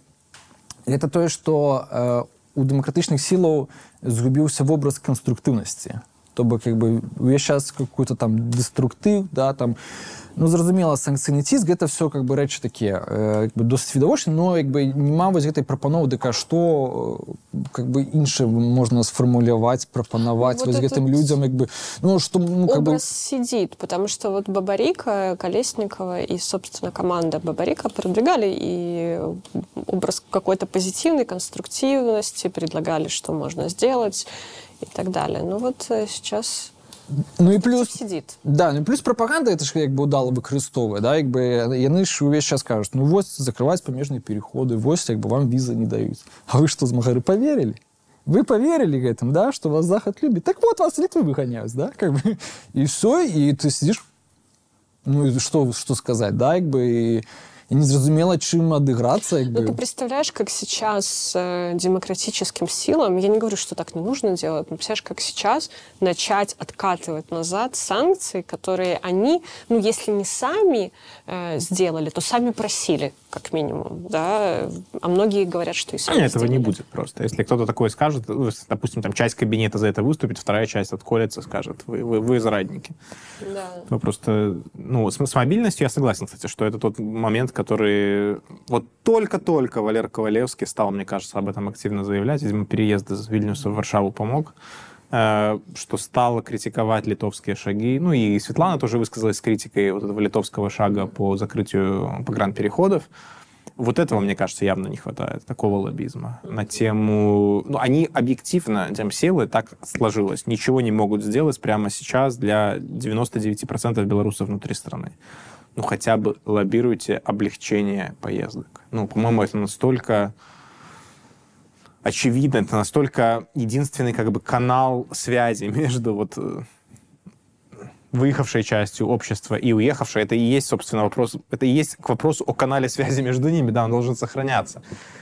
это тое, што э, у дэмакратычных сілаў згубіўся вобраз канструктыўнасці. То бок, как бы, увесь час какой-то там деструктыў, да, там, ну, зразумела, санкцыйны ціск, гэта все, как бы, рэчы такія, э, как бы, досыць відавочны, но, як бы, няма вось гэтай прапановы, дыка, што, как бы, іншае можна сфармуляваць, прапанаваць ну, вот вось гэтым людзям, як бы, ну, што, ну, как бы... Образ сидит, потому что вот Бабарика, Колесникова и, собственно, команда Бабарика продвигали и образ какой-то позитивной конструктивности, предлагали, что можно сделать и так далее. Ну, вот сейчас... Ну і плюс сидит. Да, ну і плюс прапаганда это ж як бы удала выкарыстоўвае, да, як бы яны ж увесь час кажуць, ну вось закрываць памежныя переходы, вось як бы вам візы не даюць. А вы што, змагары, поверили? Вы поверили гэтым, да, что вас Захад любит? Так вот, вас Литвы выгоняют, да, как бы. И все, и ты сидишь, ну и что, что сказать, да, как бы, и... И не зразумела, чым адыграцца. Ну, ты представляешь, как сейчас э, демократическим силам, я не говорю, что так не нужно делать, но представляешь, как сейчас начать откатывать назад санкции, которые они, ну, если не сами э, сделали, то сами просили, как минимум, да, а многие говорят, что и сами Нет, этого сделали. не будет просто. Если кто-то такое скажет, допустим, там часть кабинета за это выступит, вторая часть отколется, скажет, вы, вы, вы зрадники. Да. То просто, ну, с, с мобильностью я согласен, кстати, что это тот момент, который вот только-только Валер Ковалевский стал, мне кажется, об этом активно заявлять. Видимо, переезд из Вильнюса в Варшаву помог, э, что стало критиковать литовские шаги. Ну и Светлана тоже высказалась с критикой вот этого литовского шага по закрытию погранпереходов. Вот этого, мне кажется, явно не хватает, такого лоббизма. На тему... Ну, они объективно, тем силы, так сложилось, ничего не могут сделать прямо сейчас для девяноста девяти процентов белорусов внутри страны. Ну, хотя бы лоббируйте облегчение поездок. Ну, по-моему, это настолько очевидно, это настолько единственный как бы канал связи между вот выехавшей частью общества и уехавшей. Это и есть, собственно, вопрос, это и есть к вопросу о канале связи между ними, да, он должен сохраняться.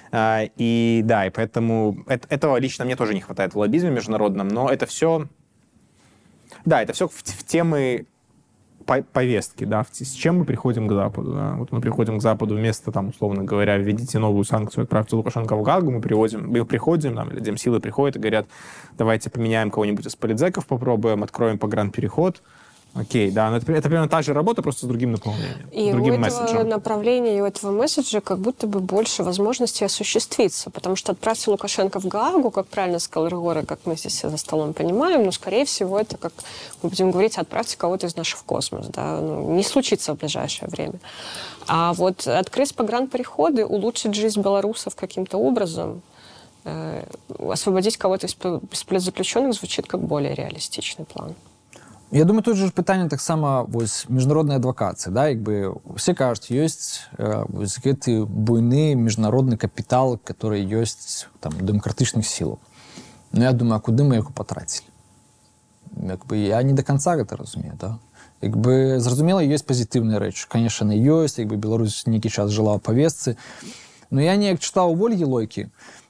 И да, и поэтому этого лично мне тоже не хватает в лоббизме международном, но это все, да, это все в, в темы повестки, да, с чем мы приходим к Западу. Да? Вот мы приходим к Западу вместо, там, условно говоря, введите новую санкцию, отправьте Лукашенко в Гаагу, мы, приводим, мы приходим, там, или Демсилы приходят и говорят, давайте поменяем кого-нибудь из политзеков, попробуем, откроем погранпереход. Окей, да, но это, это примерно та же работа, просто с другим наполнением, и другим у месседжем. этого направления и у этого месседжа как будто бы больше возможностей осуществиться, потому что отправьте Лукашенко в Гаагу, как правильно сказал Рыгора, как мы здесь за столом понимаем, но, скорее всего, это, как мы будем говорить, отправьте кого-то из наших в космос, да, ну, не случится в ближайшее время. А вот открыть погранпереходы, улучшить жизнь белорусов каким-то образом, э, освободить кого-то из, из политзаключенных звучит как более реалистичный план. Я думаю, тут же пытанне таксама вось міжнароднай адвакацыі, да, як бы усе кажуць, ёсць э, вось гэты буйны міжнародны капітал, который ёсць там дэмакратычных сілаў. Ну я думаю, а куды мы яго патрацілі? Як бы я не до конца гэта разумею, да. Як бы зразумела, ёсць пазітыўныя рэчы. Конечно, ёсць, як бы Беларусь нейкі час жыла ў павестцы. Но я неяк чытаў у Ольгі Лойкі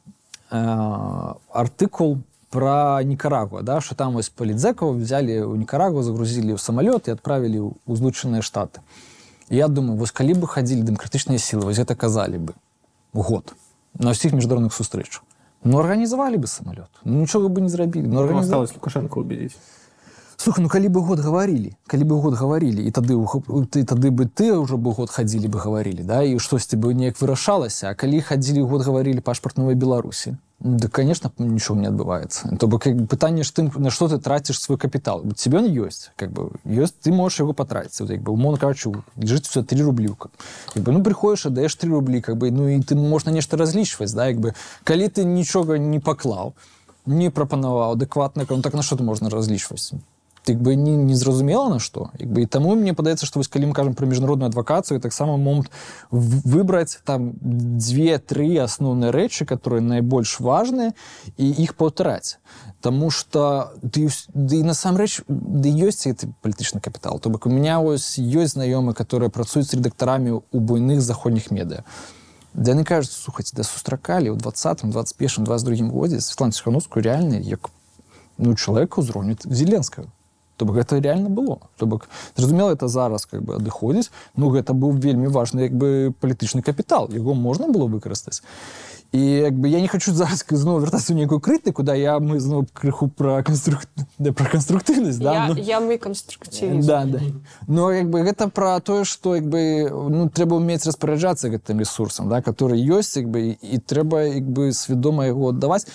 э, артыкул про Никарагуа, да, что там вось палітзекаў взяли у Никарагуа, загрузили в самолет и отправили в Злучаныя Штаты. И я думаю, вось калі бы ходили демократичные силы, вось это казали бы год на всех международных сустрэчах. Ну, организовали бы самолет. Ну, ничего бы не зрабили. Ну, организ... осталось Лукашенко убедить. Слухай, ну калі бы год говорили, калі бы год говорили, и тады, ты, тады бы ты уже бы год ходили бы говорили, да, и штосьці бы неяк вырашалася, а калі ходили год говорили пашпарт Новой Беларусі, да, конечно, ничего не отбывается. То бы как бы пытанне ж тым, на что ты тратишь свой капитал. Тебе он есть, как бы, есть, ты можешь его потратить. Вот, как бы, умовно кажучи, лежит все три рубли. Как бы, ну, приходишь, отдаешь три рубли, как бы, ну, и ты можешь на нечто различивать, да, как бы, калі ты ничего не поклал, не пропановал адекватно, ну, так на что ты можно различивать? Як бы не, не зразумела на што. Як бы, і таму мне падаецца, што вось, калі мы кажам пра міжнародную адвакацыю, таксама момант выбраць там дзве-тры асноўныя рэчы, которые найбольш важныя, і іх паўтараць. Таму што ды, ды насамрэч ды ёсць гэты палітычны капітал. То бок у меня ось ёсць знаёмы, которые працуюць з рэдактарамі ў буйных заходніх медыа. Да яны кажуць, слухайце, да сустракалі ў двадцатым, двадцать первым, двадцать другім годзе Святлану Ціхановскую реальна як ну, чалавека ўзроўню Зеленскага. То бок гэта реально было. То бок, зразумела, это зараз как бы адыходзіць, ну гэта быў вельмі важны як бы палітычны капітал, яго можна было выкарыстаць. І як бы я не хочу зараз зноў вяртацца ў нейкую крытыку, да, я мы зноў крыху пра конструк... да, пра канструктыўнасць, да. Я, ну... я мы канструктывізм. Да, да. Но як бы гэта пра тое, што як бы ну трэба ўмець распараджацца гэтым ресурсам, да, который ёсць, як бы і трэба як бы свядома яго аддаваць.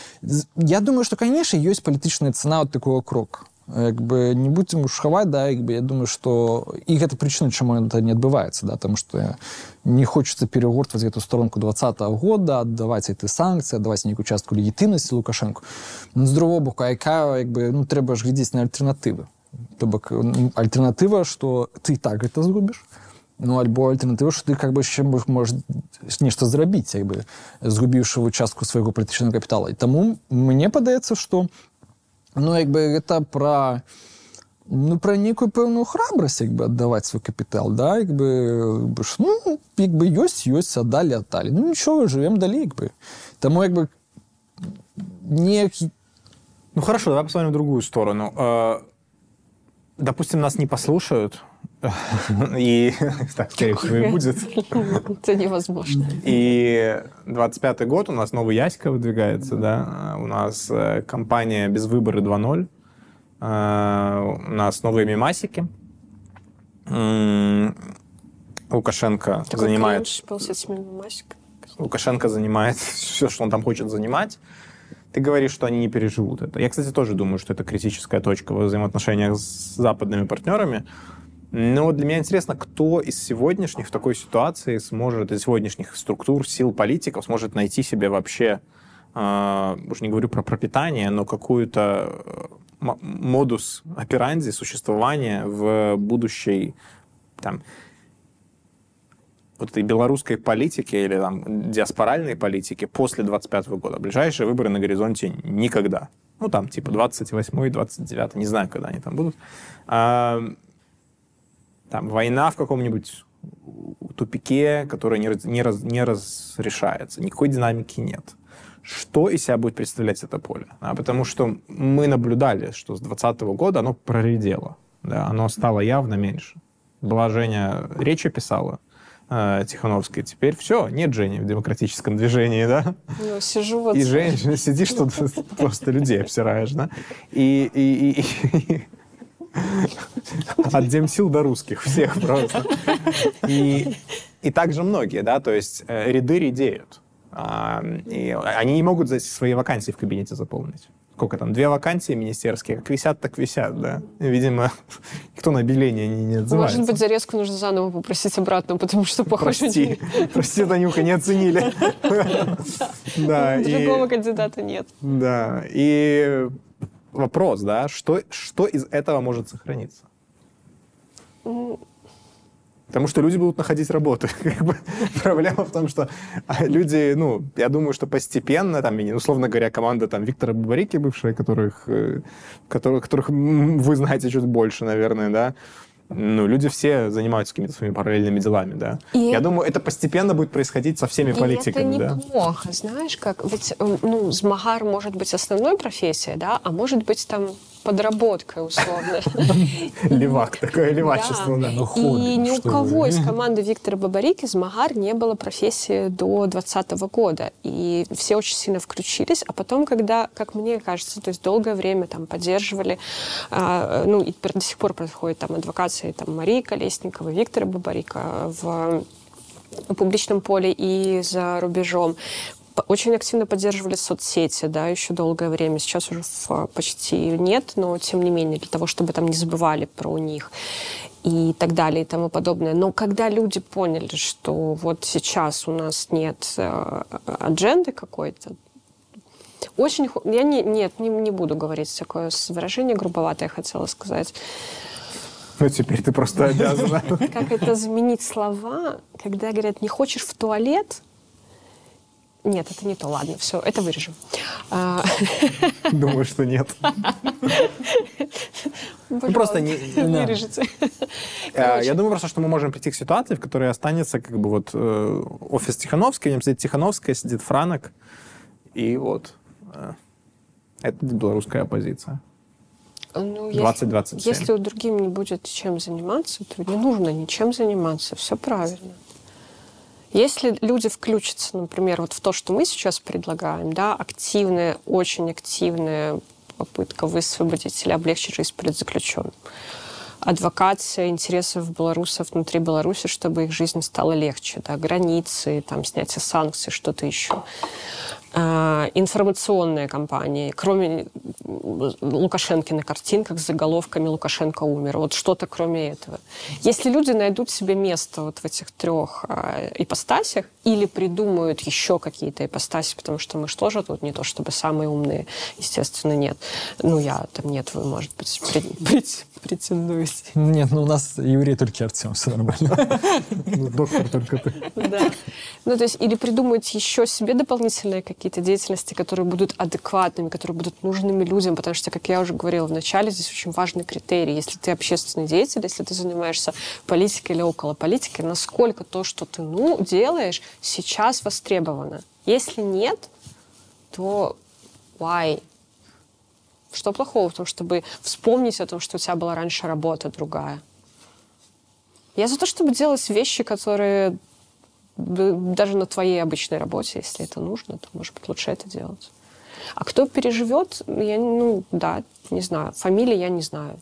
Я думаю, што конечно ёсць палітычная цана от такого кроку. Як бы не будем шхаваць, да, як бы я думаю, что і гэта прычына, чаму это не адбываецца, да, потому что не хочется перегортваць эту сторонку двадцатого года, аддаваць эти санкции, аддаваць нейкую частку легітымнасці Лукашенко. Но з другого боку, а якая, як бы, ну, трэба ж глядзець на альтэрнатывы. То бок альтэрнатыва, что ты так гэта згубіш, ну, альбо альтэрнатыва, что ты как бы яшчэ можаш нешта зрабіць, як бы, згубіўшы частку свайго палітычнага капітала. І таму мне падаецца, что ну, як бы, гэта пра, ну, пра некую пэўную храбрасць, як бы, аддаваць свой капітал, да, як бы, ну, як бы, ёсць, ёсць, аддалі, аддалі. Ну, нічого, живем далей, як бы. Таму, як бы, не... Ну, хорошо, давай посмотрим в другую сторону. Допустим, нас не послушают, и так, скорее всего, и будет. Это невозможно. И двадцать пятый год, у нас новый Яська выдвигается, да, у нас компания «Без выборы два ноль», у нас новые мемасики. Лукашенко Такой занимает... был с этими мемасиками. Лукашенко занимает все, что он там хочет занимать. Ты говоришь, что они не переживут это. Я, кстати, тоже думаю, что это критическая точка во взаимоотношениях с западными партнерами. Но вот для меня интересно, кто из сегодняшних в такой ситуации сможет, из сегодняшних структур, сил, политиков сможет найти себе вообще, э, уж не говорю про пропитание, но какую-то модус операнди существования в будущей там, вот этой белорусской политике или там диаспоральной политике после двадцать пятого года. Ближайшие выборы на горизонте никогда. Ну, там, типа, двадцать восьмой, двадцать девятый, не знаю, когда они там будут. А, там, война в каком-нибудь тупике, которая не, раз, не, раз, не разрешается. Никакой динамики нет. Что из себя будет представлять это поле? А, потому что мы наблюдали, что с двадцатого года оно проредело. Да, оно стало явно меньше. Была Женя речи писала, Тихановской. Теперь все, нет Жени в демократическом движении, да? Ну, сижу вот... И женщина, сидишь тут, просто людей обсираешь, да? И... и, и, и... От демсил до русских, всех просто. И, и также многие, да, то есть ряды редеют. И они не могут свои вакансии в кабинете заполнить. Сколько там, две вакансии министерские, как висят, так висят, да. Видимо, никто на объявление не, не отзывается. Может быть, зарезку нужно заново попросить обратно, потому что, похоже... Прости, прости, Танюха, не оценили. Другого кандидата нет. Да, и вопрос, да, что, что из этого может сохраниться? Потому что люди будут находить работу. Как бы проблема в том, что люди, ну, я думаю, что постепенно, там, условно говоря, команда там Виктора Бабарики, бывшая, которых, которых, которых вы знаете чуть больше, наверное, да, ну, люди все занимаются какими-то своими параллельными делами, да. И я это... думаю, это постепенно будет происходить со всеми и политиками, это да. неплохо, знаешь, как, ведь, ну, змагар может быть основной профессией, да, а может быть там подработкой, условно. Левак, такое левачество, да. И ни у кого из команды Виктора Бабарики змагар не было профессии до двадцатого года. И все очень сильно включились. А потом, когда, как мне кажется, то есть долгое время там поддерживали, ну, и до сих пор происходит там адвокация там, Марии Колесниковой, Виктора Бабарика в публичном поле и за рубежом. Очень активно поддерживали соцсети, да, еще долгое время. Сейчас уже почти нет, но тем не менее, для того, чтобы там не забывали про них и так далее и тому подобное. Но когда люди поняли, что вот сейчас у нас нет э, адженды какой-то, очень... Я не, нет, не, не буду говорить такое выражение грубоватое, хотела сказать. Ну, теперь ты просто обязана. Как это заменить слова, когда говорят, не хочешь в туалет? Нет, это не то. Ладно, все, это вырежем. Думаю, что нет. Просто не вырежете. Я думаю просто, что мы можем прийти к ситуации, в которой останется как бы вот офис Тихановской, в нем сидит Тихановская, сидит Франок, и вот это белорусская оппозиция. Ну, двадцать двадцать семь. Если у другим не будет чем заниматься, то не нужно ничем заниматься. Все правильно. Если люди включатся, например, вот в то, что мы сейчас предлагаем, да, активная, очень активная попытка высвободить или облегчить жизнь политзаключенным, адвокация интересов белорусов внутри Беларуси, чтобы их жизнь стала легче, да, границы, там, снятие санкций, что-то еще. А, информационные кампании, кроме Лукашенко на картинках с заголовками «Лукашенко умер». Вот что-то кроме этого. Если люди найдут себе место вот в этих трех а, ипостасях или придумают еще какие-то ипостаси, потому что мы же тоже тут не то чтобы самые умные, естественно, нет. Ну, я там нет, вы, может быть, претендуете. Нет, ну у нас еврей только Артем, все нормально. Доктор только ты. Да. Ну, то есть, или придумать еще себе дополнительные какие-то деятельности, которые будут адекватными, которые будут нужными людям, потому что, как я уже говорила в начале, здесь очень важный критерий. Если ты общественный деятель, если ты занимаешься политикой или около политики, насколько то, что ты, ну, делаешь, сейчас востребовано. Если нет, то why? Что плохого в том, чтобы вспомнить о том, что у тебя была раньше работа другая? Я за то, чтобы делать вещи, которые даже на твоей обычной работе, если это нужно, то, может быть, лучше это делать. А кто переживет, я, ну, да, не знаю. Фамилии я не знаю.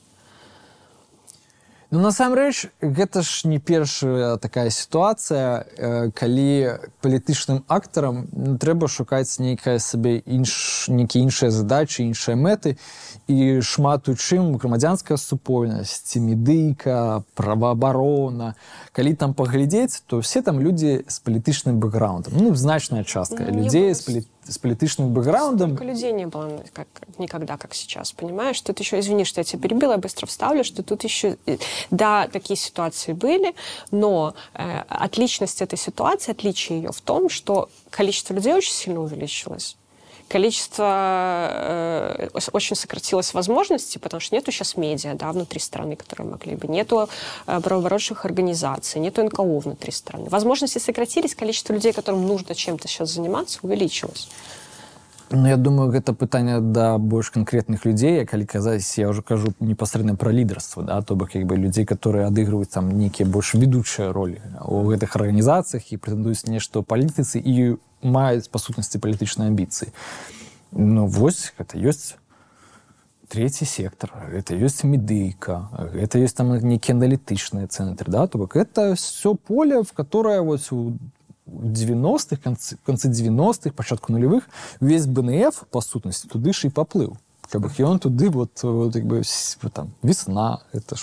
Ну, насамрэч, гэта ж не першая такая сітуацыя, э, калі палітычным актарам ну, трэба шукаць нейкая сабе інш, нейкія іншыя задачы, іншыя мэты, і шмат у чым грамадзянская супольнасць, медыйка, праваабарона. Калі там паглядзець, то все там людзі з палітычным бэкграундам. Ну, значная частка ну, людзей з палітычным с политичным бэкграундом. Столько людей не было как, никогда, как сейчас, понимаешь? Тут еще, извини, что я тебя перебила, я быстро вставлю, что тут еще... Да, такие ситуации были, но э, отличность этой ситуации, отличие ее в том, что количество людей очень сильно увеличилось. Количество э, очень сократилось возможностей, потому что нету сейчас медиа, да, внутри страны, которые могли бы, нету э, правооборонных организаций, нету эн ка о внутри страны. Возможности сократились, количество людей, которым нужно чем-то сейчас заниматься, увеличилось. Ну, я думаю, гэта пытанне да больш канкрэтных людзей, калі казаць, я ўжо кажу непасрэдна пра лідарства, да, то бок як бы людзей, которые адыгрываюць там нейкія больш ведучыя ролі у гэтых арганізацыях і прэтэндуюць нешта ў палітыцы і маюць па сутнасці палітычныя амбіцыі. Ну вось гэта ёсць трэці сектор, гэта ёсць медыйка, гэта ёсць там нейкія аналітычныя цэнтры, да, то бок это все поле, в которое вот у девяностых, концы, концы девяностых, пачатку нулевых, увесь бэ эн эф, па сутнасці, туды ж і паплыў. Каб ён туды, вот, вот, як бы, там, весна, это ж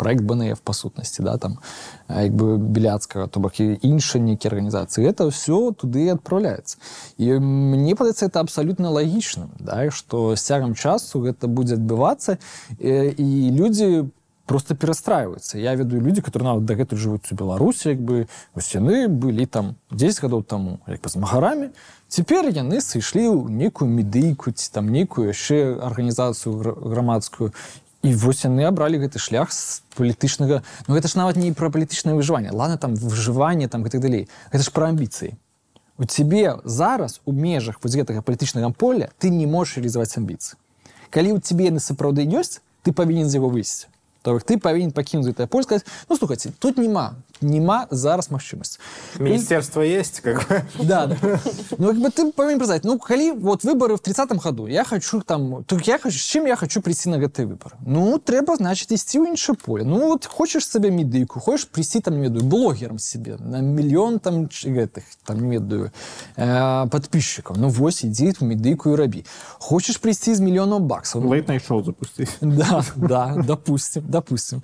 проект Б Н Ф, по сутнасці, да, там, як бы Біляцкага, то бок і іншыя нейкія арганізацыі. Гэта ўсё туды адпраўляецца. І мне падаецца, это абсалютна лагічным, да, што з цягам часу гэта будзе адбывацца, і людзі просто перастраююцца. Я ведаю людзі, которые нават дагэтуль жывуць у Беларусі, як бы, вось яны былі там дзесяць гадоў таму, як бы з магарамі, цяпер яны сышлі ў нейкую медыйку, ці там нейкую яшчэ арганізацыю грамадскую, і вось яны абралі гэты шлях з палітычнага... Ну, гэта ж нават не пра палітычнае выжыванне. Ладно, там, выжыванне, там, і так далей. Гэта ж пра амбіцыі. У цябе зараз у межах вось гэтага палітычнага поля ты не можаш реалізаваць амбіцыі. Калі ў цябе яны сапраўды ёсць, ты павінен з яго выйсці. То ты павінен пакінуць гэтае поле, сказаць, ну, слухайце, тут няма, няма зараз магчымасць. Министерство есть, как бы. Да, да. Ну, как бы ты павінен прызнаць, ну, калі вот выборы в тридцатым году, я хочу там, то я хочу, з чым я хочу прийти на гэтыя выборы? Ну, трэба, значит, ісці ў іншае поле. Ну, вот хочаш сабе медыйку, хочаш прийти там, не ведаю, блогерам себе, на мільён там гэтых, там, не ведаю, э, подписчиков. Ну, вось, ідзі в медыйку і рабі. Хочаш прийти з мільёнаў баксаў? Late Night Show запустить. Да, да, допустим, допустим.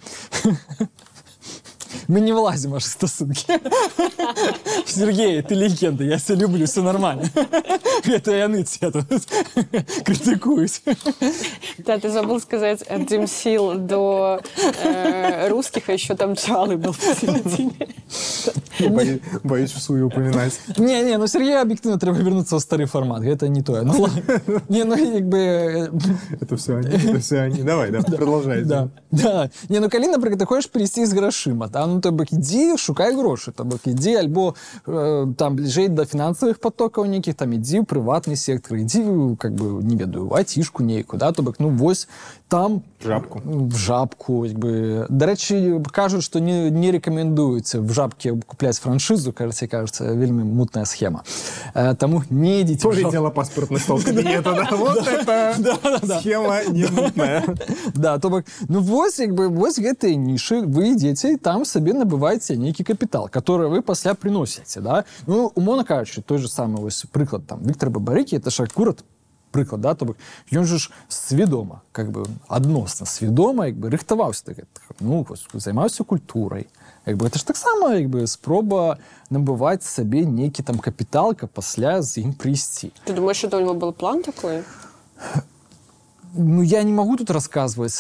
Мы не влазим в ваши стосунки. Сергей, ты легенда, я тебя люблю, все нормально. Это яны тебя тут критикуют. Да, ты забыл сказать от Димсил до э, русских, а еще там Чалы был посередине. Боюсь, боюсь в свою упоминать. Не-не, ну Сергею объективно треба вернуться в старый формат. Это не то. Ну, не, ну как бы... Это все они, это все они. Давай, да, продолжай. Да, да. Не, ну калі, наприклад, ти хочеш перейти з грошима, та, ну, то бок іди, шукай гроші, то бок іди, альбо э, там ближей до фінансових потоків нейких, там іди в приватний сектор, іди, как бы, не ведаю, айтішку нейку, да, то бок, ну, вось там... В жабку. В жабку, як би. До речі, кажуть, що не, не рекомендується в жабці купляти франшизу, кажется, кажется, вельми мутная схема. Э, тому не идите То в жабку. ли дело паспортный стол кабинета, да, вот это схема не мутная. Да, то бок, ну вось, як бы, вось гэтыя нішы, вы ідзеце і там сабе набываеце нейкі капітал, который вы пасля приносіце, да? Ну, умоўна кажучы, той же самы вось прыклад там Віктора Бабарыкі, это ж акурат прыклад, да, то бок, ён же ж свядома, как бы, адносна свядома, як бы, рыхтаваўся да гэтага, ну, вось, займаўся культурай, як бы, это ж таксама, як бы, спроба набываць сабе нейкі там капітал, каб пасля з ім прыйсці. Ты думаешь, что у него был план такой? Ну, я не могу тут рассказывать.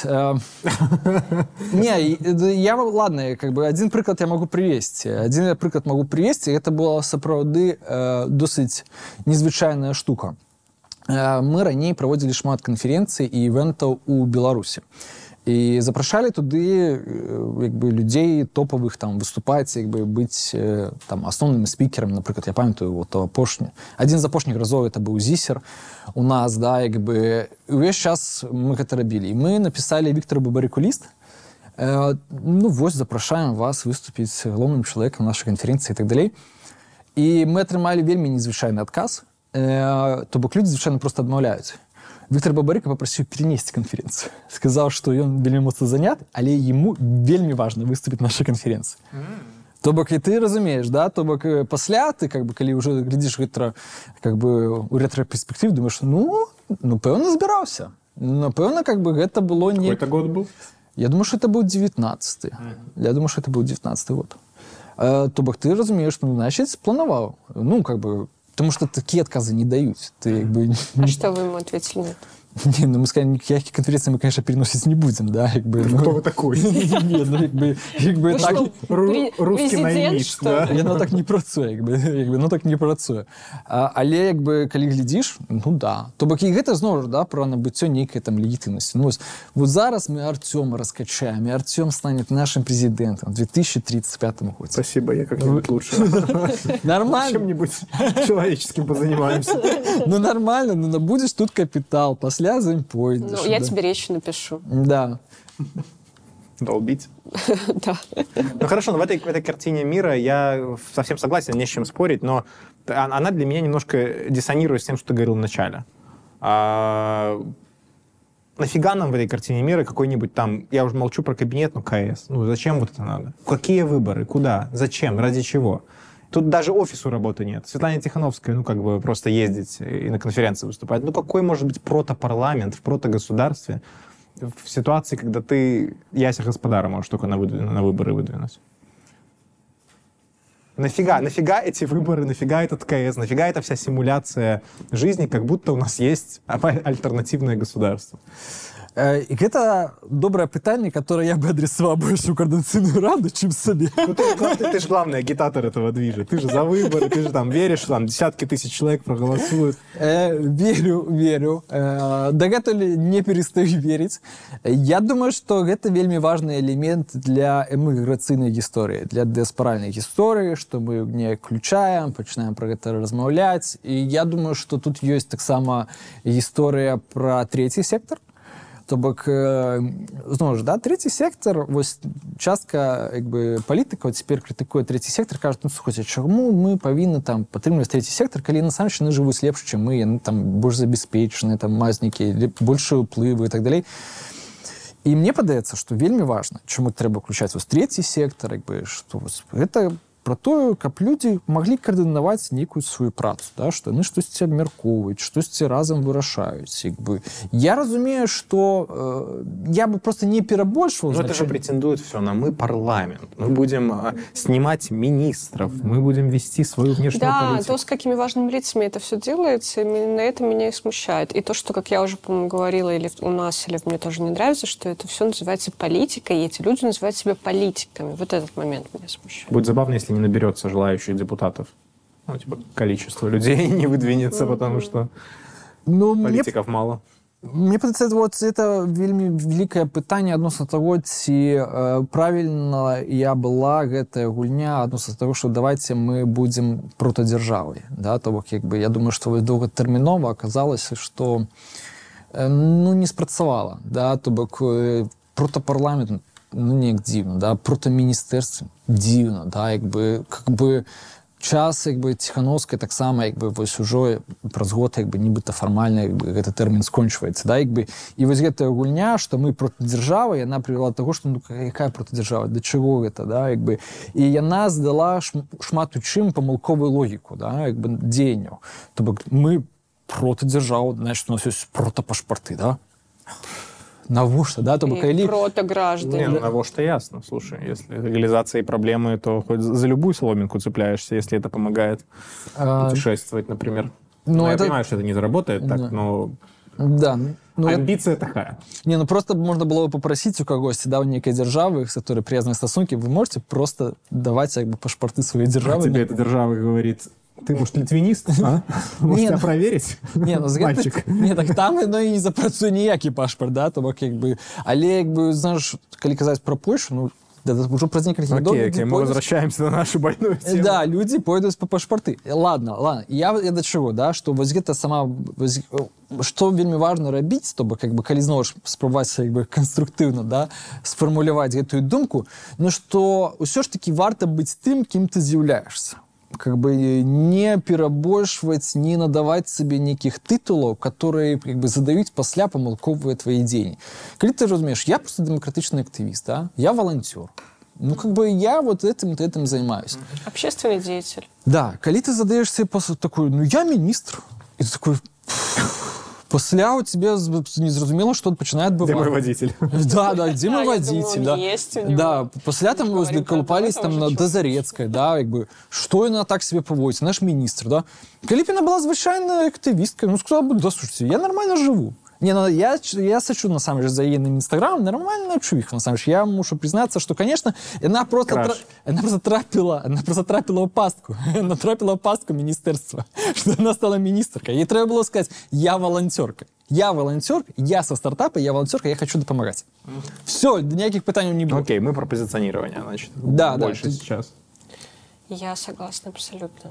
Не, я, ладно, как бы один приклад я могу привести. Один приклад могу привести. Это была сапраўды досыць незвычайная штука. Мы раней праводзілі шмат канферэнцый і івентаў у Беларусі. І запрашалі туды як бы, людзей топавых там выступаць, як бы быць там асноўным спікерам, напрыклад, я памятаю, вот апошні, адзін з апошніх разоў это быў Зісер у нас, да, як бы увесь час мы гэта рабілі. І мы напісалі Віктору Бабарыку ліст. Э, ну вось запрашаем вас выступіць галоўным чалавекам нашай канферэнцыі і так далей. І мы атрымалі вельмі незвычайны адказ. Э, то бок людзі звычайна проста адмаўляюць. Віктор Бабарыка попросил перенести конференцию. Сказал, что он вельмі моцна занят, але ему вельмі важно выступить на нашей конференции. Mm. То бок и ты разумеешь, да, то бок пасля ты, как бы, коли уже глядишь ретро, как бы, у ретро-перспектив, думаешь, ну, ну, певно, збирался. Напевно, как бы, это было не... Какой это год был? Я думаю, что это был девятнадцатый. Mm. Я думаю, что это был девятнадцатый год. А, то бок ты разумеешь, ну, значит, планировал. Ну, как бы, потому что такие отказы не дают. Ты, как бы, а не... что вы ему ответили на это? Не, ну мы сказали, никаких конференций мы, конечно, переносить не будем, да, как бы. Кто вы такой? Не, ну, как бы, как бы так... Русский найміт, да? Яно так не працуе, як бы, як бы, ну так не працуе. А, але, як бы, калі глядзіш, ну да. То бок і гэта, зноў ж, да, про набыццё нейкай там легітымнасці. Ну, вось, вот зараз мы Артёма раскачаем, и Артём станет нашим президентом в две тысячи тридцать пятом году. Спасибо, я как-нибудь лучше. Нормально. Чем-нибудь человеческим позанимаемся. Ну, нормально, ну, набудешь тут капитал, после за им пойдешь. Ну, я да. тебе речь напишу. Да. Долбить. Да. Ну, хорошо, но в этой, в этой картине мира я совсем согласен, не с чем спорить, но она для меня немножко диссонирует с тем, что ты говорил в начале. А, нафига нам в этой картине мира какой-нибудь там, я уже молчу про кабинет, ну, КС, ну, зачем вот это надо? Какие выборы, куда, зачем, ради чего? Тут даже офису работы нет. Светлана Тихановская, ну, как бы просто ездить и на конференции выступать. Ну, какой может быть протопарламент в протогосударстве, в ситуации, когда ты Яся Господара можешь только на, выдвину, на выборы выдвинуть? Нафига? Нафига эти выборы? Нафига этот КС? Нафига эта вся симуляция жизни, как будто у нас есть альтернативное государство? І гэта добрае пытанне, которое я бы адресаваў больше ў координацыйную раду, чым сабе. Ну, ты, ты, ты же главный агитатор этого движа. Ты же за выборы, ты же там веришь, что там десятки тысяч человек проголосуют. Э, верю, верю. Э, дагэтуль не перестаю верить. Я думаю, что гэта вельмі важный элемент для эміграцыйнай гісторыі, для дыаспаральнай гісторыі, что мы не включаем, пачынаем про гэта размаўляць. І я думаю, что тут ёсць таксама гісторыя про третий сектор. То бок, зноў ж, да, трэці сектар, вось частка як бы палітыкаў цяпер крытыкуе трэці сектар, кажуць, ну слухайце, чаму мы павінны там падтрымліваць трэці сектар, калі насамрэч яны жывуць лепш, чым мы, яны там больш забяспечаны, там мазнікі, большыя ўплывы і так далей. І мне падаецца, што вельмі важна, чаму трэба ўключаць вось трэці сектар, як бы, што вось, гэта про тое, каб людзі маглі каардынаваць нейкую сваю працу, да, што яны штосьці абмяркоўваюць, штосьці разам вырашаюць. Як бы. Я разумею, што э, я бы просто не перабольшваў. Но это же претендует все на мы парламент. Мы будем э, снимать министров, мы будем вести свою внешнюю да, политику. Да, то, с какими важными лицами это все делается, именно это меня и смущает. И то, что, как я уже, по-моему, говорила, или у нас, или мне тоже не нравится, что это все называется политикой, и эти люди называют себя политиками. Вот этот момент меня смущает. Будет забавно, если не наберется желающих депутатов. Ну, типа, количество людей не выдвинется, mm-hmm. потому что ну, политиков мне... мало. Мне падаецца, вот это вельмі вялікае пытанне адносна таго, ці э, правільна я была гэтая гульня адносна таго, што давайте мы будзем протадзяржавай. Да? То бок, як бы, я думаю, што доўгатэрмінова аказалася, што э, ну, не спрацавала. Да? То бок, э, протапарламент ну, неяк дзіўна, да? Протаміністэрства дзіўна, да? Як бы, как бы час як бы Ціхановскай таксама як бы вось ужо праз год як бы нібыта фармальна як бы гэты тэрмін скончваецца, да, як бы і вось гэтая гульня, што мы проти дзяржавы, яна прывяла да таго, што ну якая проти дзяржава, да чаго гэта, да, як бы і яна здала шмат у чым памылковую логіку, да, як бы дзеянняў. То бок мы проти дзяржавы, значит, у нас ёсць протапашпарты, да? Навошта, да? То бок, калі... Протограждане. Не, ну навошта ясно. Слушай, если легализация проблемы, то хоть за любую соломинку цепляешься, если это помогает а... путешествовать, например. Ну, ну это... я понимаю, что это не заработает так, да. но... Да. Ну, амбиция я... такая. Не, ну просто можно было бы попросить у кагосьці, да, у некой державы, с которой привязаны стосунки, вы можете просто давать как бы пашпорты своей державы. А тебе эта держава говорит... Ты, может, литвинист? А? Может, тебя проверить? Не, ну, мальчик. Не, так там ну, і не запрацуе ніякі пашпарт, да, то бок, як бы... Але, як бы, знаешь, калі казаць про Польшу, ну, да, уже праз некалькі гадоў... Окей, окей, мы пойдут... возвращаемся на нашу больную тему. Да, люди пойдуць по пашпарты. Ладно, ладно, я, я да чаго, да, што вось гэта сама... Вось, што вельмі важна рабіць, то бок, як бы, калі зноў ж спрабаваць, як бы, канструктыўна, да, сфармуляваць гэтую думку, ну, што ўсё ж таки варта быць тым, кім ты з'яўляешься. Как бы не перабольшваць, не надаваць сабе нейкіх тытулаў, которые как бы задаюць пасля памылковыя твои дзеянні. Калі ты разумееш, я просто демократичный активист, да? Я волонтер. Ну, как бы я вот этим, этим занимаюсь. Общественный деятель. Да, калі ты задаешь себе такой, ну, я министр. И ты такой... Пасля у тебя незразумела, что пачынае адбывацца. Где мой водитель? Да, да, где мой водитель, да. Да, пасля там колупались там на Дозарецкай, да, як бы, что яна так себе поводит, наш министр, да. Калі б яна была звычайная активистка, ну, сказала бы, да, слушайте, я нормально живу. Не, ну, я, я сочу, на самом деле, за ейным инстаграмом, нормальная чувиха, на самом деле. Я мушу признаться, что, конечно, она просто, тра... она просто трапила, она просто трапила в пастку. Она трапила в пастку министерства, что она стала министркой. Ей треба было сказать, я волонтерка. Я волонтерка, я со стартапа, я волонтерка, я хочу помогать. Mm-hmm. Все, никаких пытаний не было. Окей, okay, мы про позиционирование, значит, да, больше да, сейчас. Я согласна абсолютно.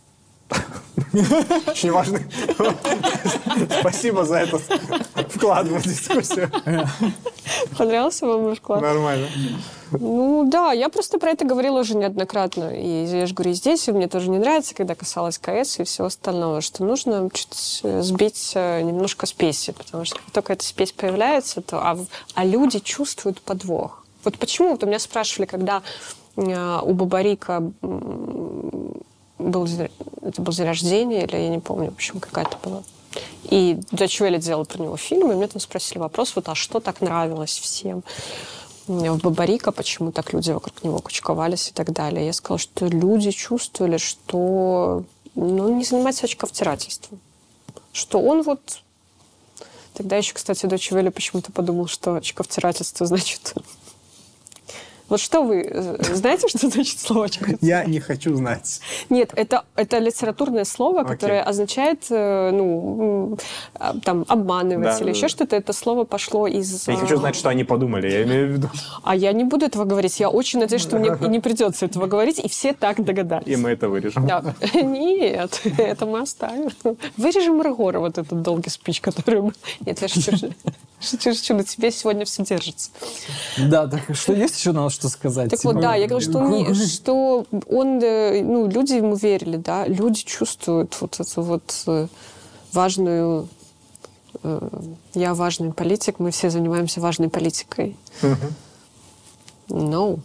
Очень важно. Спасибо за этот вклад в дискуссию. Понравился вам мой вклад? Нормально. Ну да, я просто про это говорила уже неоднократно. И я же говорю, здесь и мне тоже не нравится, когда касалось КС и всего остального, что нужно чуть сбить немножко спеси, потому что как только эта спесь появляется, то а, а люди чувствуют подвох. Вот почему вот у меня спрашивали, когда у Бабарика был, это был день рождения, или я не помню, в общем, какая-то была. И Deutsche Welle делала про него фильм, и мне там спросили вопрос, вот, а что так нравилось всем в Бабарика, почему так люди вокруг него кучковались и так далее. Я сказала, что люди чувствовали, что ну, не занимается очковтирательством. Что он вот... Тогда еще, кстати, Deutsche Welle почему-то подумал, что очковтирательство значит... Вот что вы... Знаете, что значит слово очковтирательство? Я не хочу знать. Нет, это, это литературное слово, okay. которое означает, ну, там, обманывать да, или да, еще да. что-то. Это слово пошло из... Я не хочу знать, что они подумали, я имею в виду. А я не буду этого говорить. Я очень надеюсь, что мне не придется этого говорить, и все так догадались. И мы это вырежем. Да. Нет, это мы оставим. Вырежем Рыгора, вот этот долгий спич, который... Нет, я шучу. Шучу, на тебе сегодня все держится. Да, так что есть еще надо что сказать? Так вот, да, я говорю, что, не, что он, ну, люди ему верили, да, люди чувствуют вот эту вот важную... Я важный политик, мы все занимаемся важной политикой. No.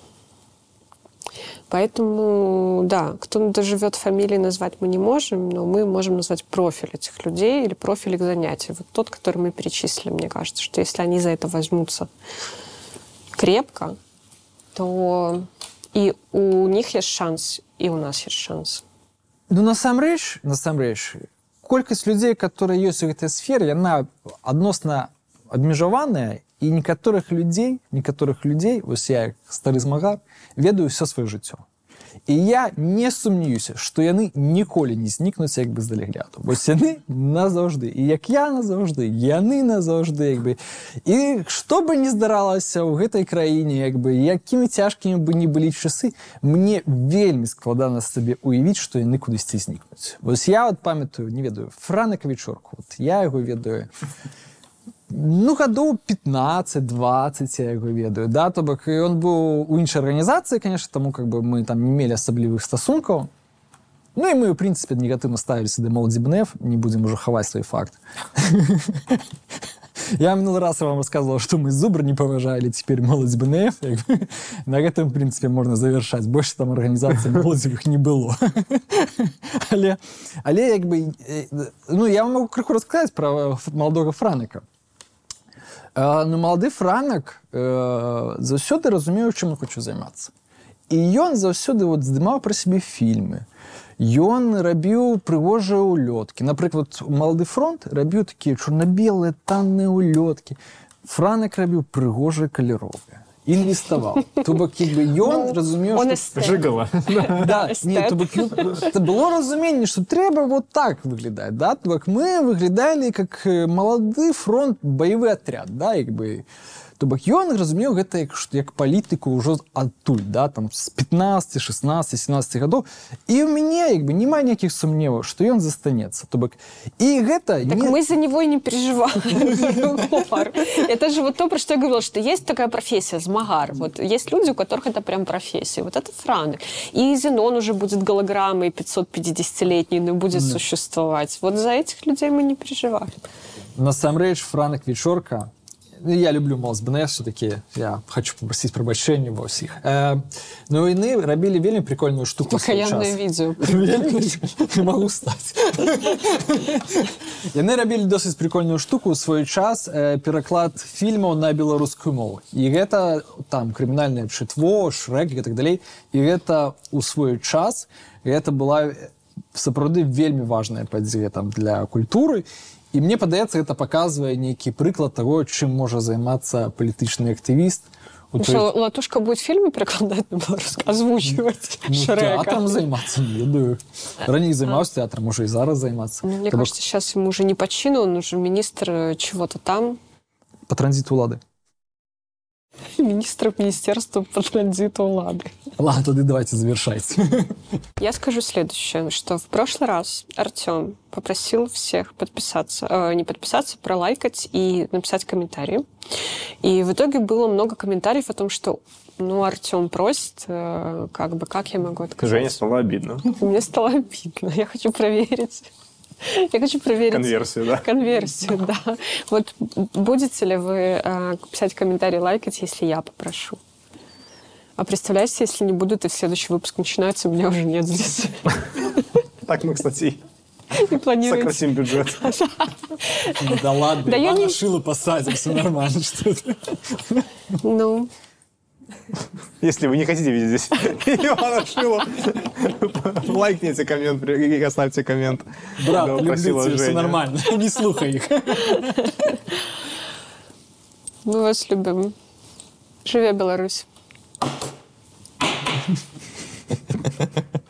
Поэтому, да, кто доживет фамилии, назвать мы не можем, но мы можем назвать профиль этих людей или профиль их занятий. Вот тот, который мы перечислили, мне кажется, что если они за это возьмутся крепко, то и у них есть шанс, и у нас есть шанс. Ну, насамрэч, насамрэч, колькасць людзей, которые ёсць у гэтай сферы, яна адносна абмежаваная, і некаторых людзей, некаторых людзей, вось я, як стары змагар, ведаю ўсё сваё жыццё. І я не сумнююся, што яны ніколі не знікнуць як бы з далягляду. Вось яны назаўжды. І як я назаўжды, яны назаўжды, як бы. І што бы ні здаралася ў гэтай краіне, як бы, якімі цяжкімі бы ні былі часы, мне вельмі складана сабе уявіць, што яны кудысьці знікнуць. Вось я от памятаю, не ведаю, Франака Вечорку. Вот я яго ведаю. Ну, гадоў пятнаццаць-дваццаць я яго ведаю, да, то бок ён быў у іншай арганізацыі, конечно, таму как бы мы там не мелі асаблівых стасункаў. Ну і мы, у прынцыпе, негатыўна ставіліся да моладзі БНФ, не будзем ужо хаваць свой факт. Я мінулы раз вам рассказывал, што мы зубр не паважалі, цяпер моладзь БНФ. На гэтым, в прынцыпе, можна завяршаць. Больш там арганізацый моладзевых не было. Але, але як бы, ну, я вам могу крыху расказаць пра маладога Франака. Ну, малады Франак э, заўсёды разумеў, чым ён хоча займацца. І ён заўсёды вот здымаў пра сябе фільмы. Ён рабіў прыгожыя ўлёткі. Напрыклад, малады фронт рабіў такія чорна-белыя танныя ўлёткі. Франак рабіў прыгожыя каляровыя. Інвеставаў. То бок, як бы, ён разумеў, што... Жыгала. Да, не, то бок, это было разуменне, што трэба вот так выглядаць, да? То бок, мы выглядалі как малады фронт, баявы атряд, да, як бы. То бок, ён разумеў гэта як, як палітыку ўжо адтуль, да, там, з пятнаццаці, шестнаццаці, семнаццаці гадоў. І ў мяне, як бы, няма ніякіх сумневаў, што ён застанецца. То бок, і гэта... Так не... мы за него и не переживаем. Это же вот то, про что я говорила, что есть такая профессия, змагар. Вот есть люди, у которых это прям профессия. Вот это Франак. И Зенон уже будет голограммой пятьсотпятидесятилетней, но будет существовать. Вот за этих людей мы не переживаем. Насамрэч, Франак Вечорка. Я люблю моладзь БНФ, все-таки я хочу попросить прабачэння ва ўсіх. Э, но яны рабілі вельмі прикольную штуку. Пакаянное видео. Не могу стать. Яны рабілі досыць прикольную штуку ў свой час, э, пераклад фільмаў на беларускую мову. І гэта там крымінальнае чытво, Шрэк і так далей. І гэта ў свой час, гэта была сапраўды вельмі важная падзея там для культуры. І мне падаецца, гэта паказвае нейкі прыклад таго, чым можа займацца палітычны актывіст. Ну той... что, Латушка будет фильмы перекладать на белорусский, озвучивать ну, Шрека? Театром заниматься, не ведаю. Ранее занимался театром, может и зараз заниматься. Ну, мне Тобто... кажется, сейчас ему уже не по чину, он уже министр чего-то там. По транзиту улады. Министр министерства по транзиту улады. Ладно, тогда давайте завершайте. Я скажу следующее, что в прошлый раз Артем попросил всех подписаться, э, не подписаться, пролайкать и написать комментарии. И в итоге было много комментариев о том, что ну, Артем просит, э, как бы, как я могу отказать? Жене стало обидно. Мне стало обидно. Я хочу проверить. Я хочу проверить... Конверсию, да? Конверсию, да. Вот будете ли вы э, писать комментарий, лайкать, если я попрошу? А представляете, если не будут, и в следующий выпуск начинается, меня уже нет здесь. Так мы, кстати, Не планируете? Сократим бюджет. Да ладно, Да я Ивана не- Шилу посадим, все нормально. Что это? Ну, Если вы не хотите видеть здесь Ивана Шилу, лайкните коммент и оставьте коммент. Брат, Да, люблю просила тебя, все Женя. нормально. Не слухай их. мы вас любим. Живе Беларусь.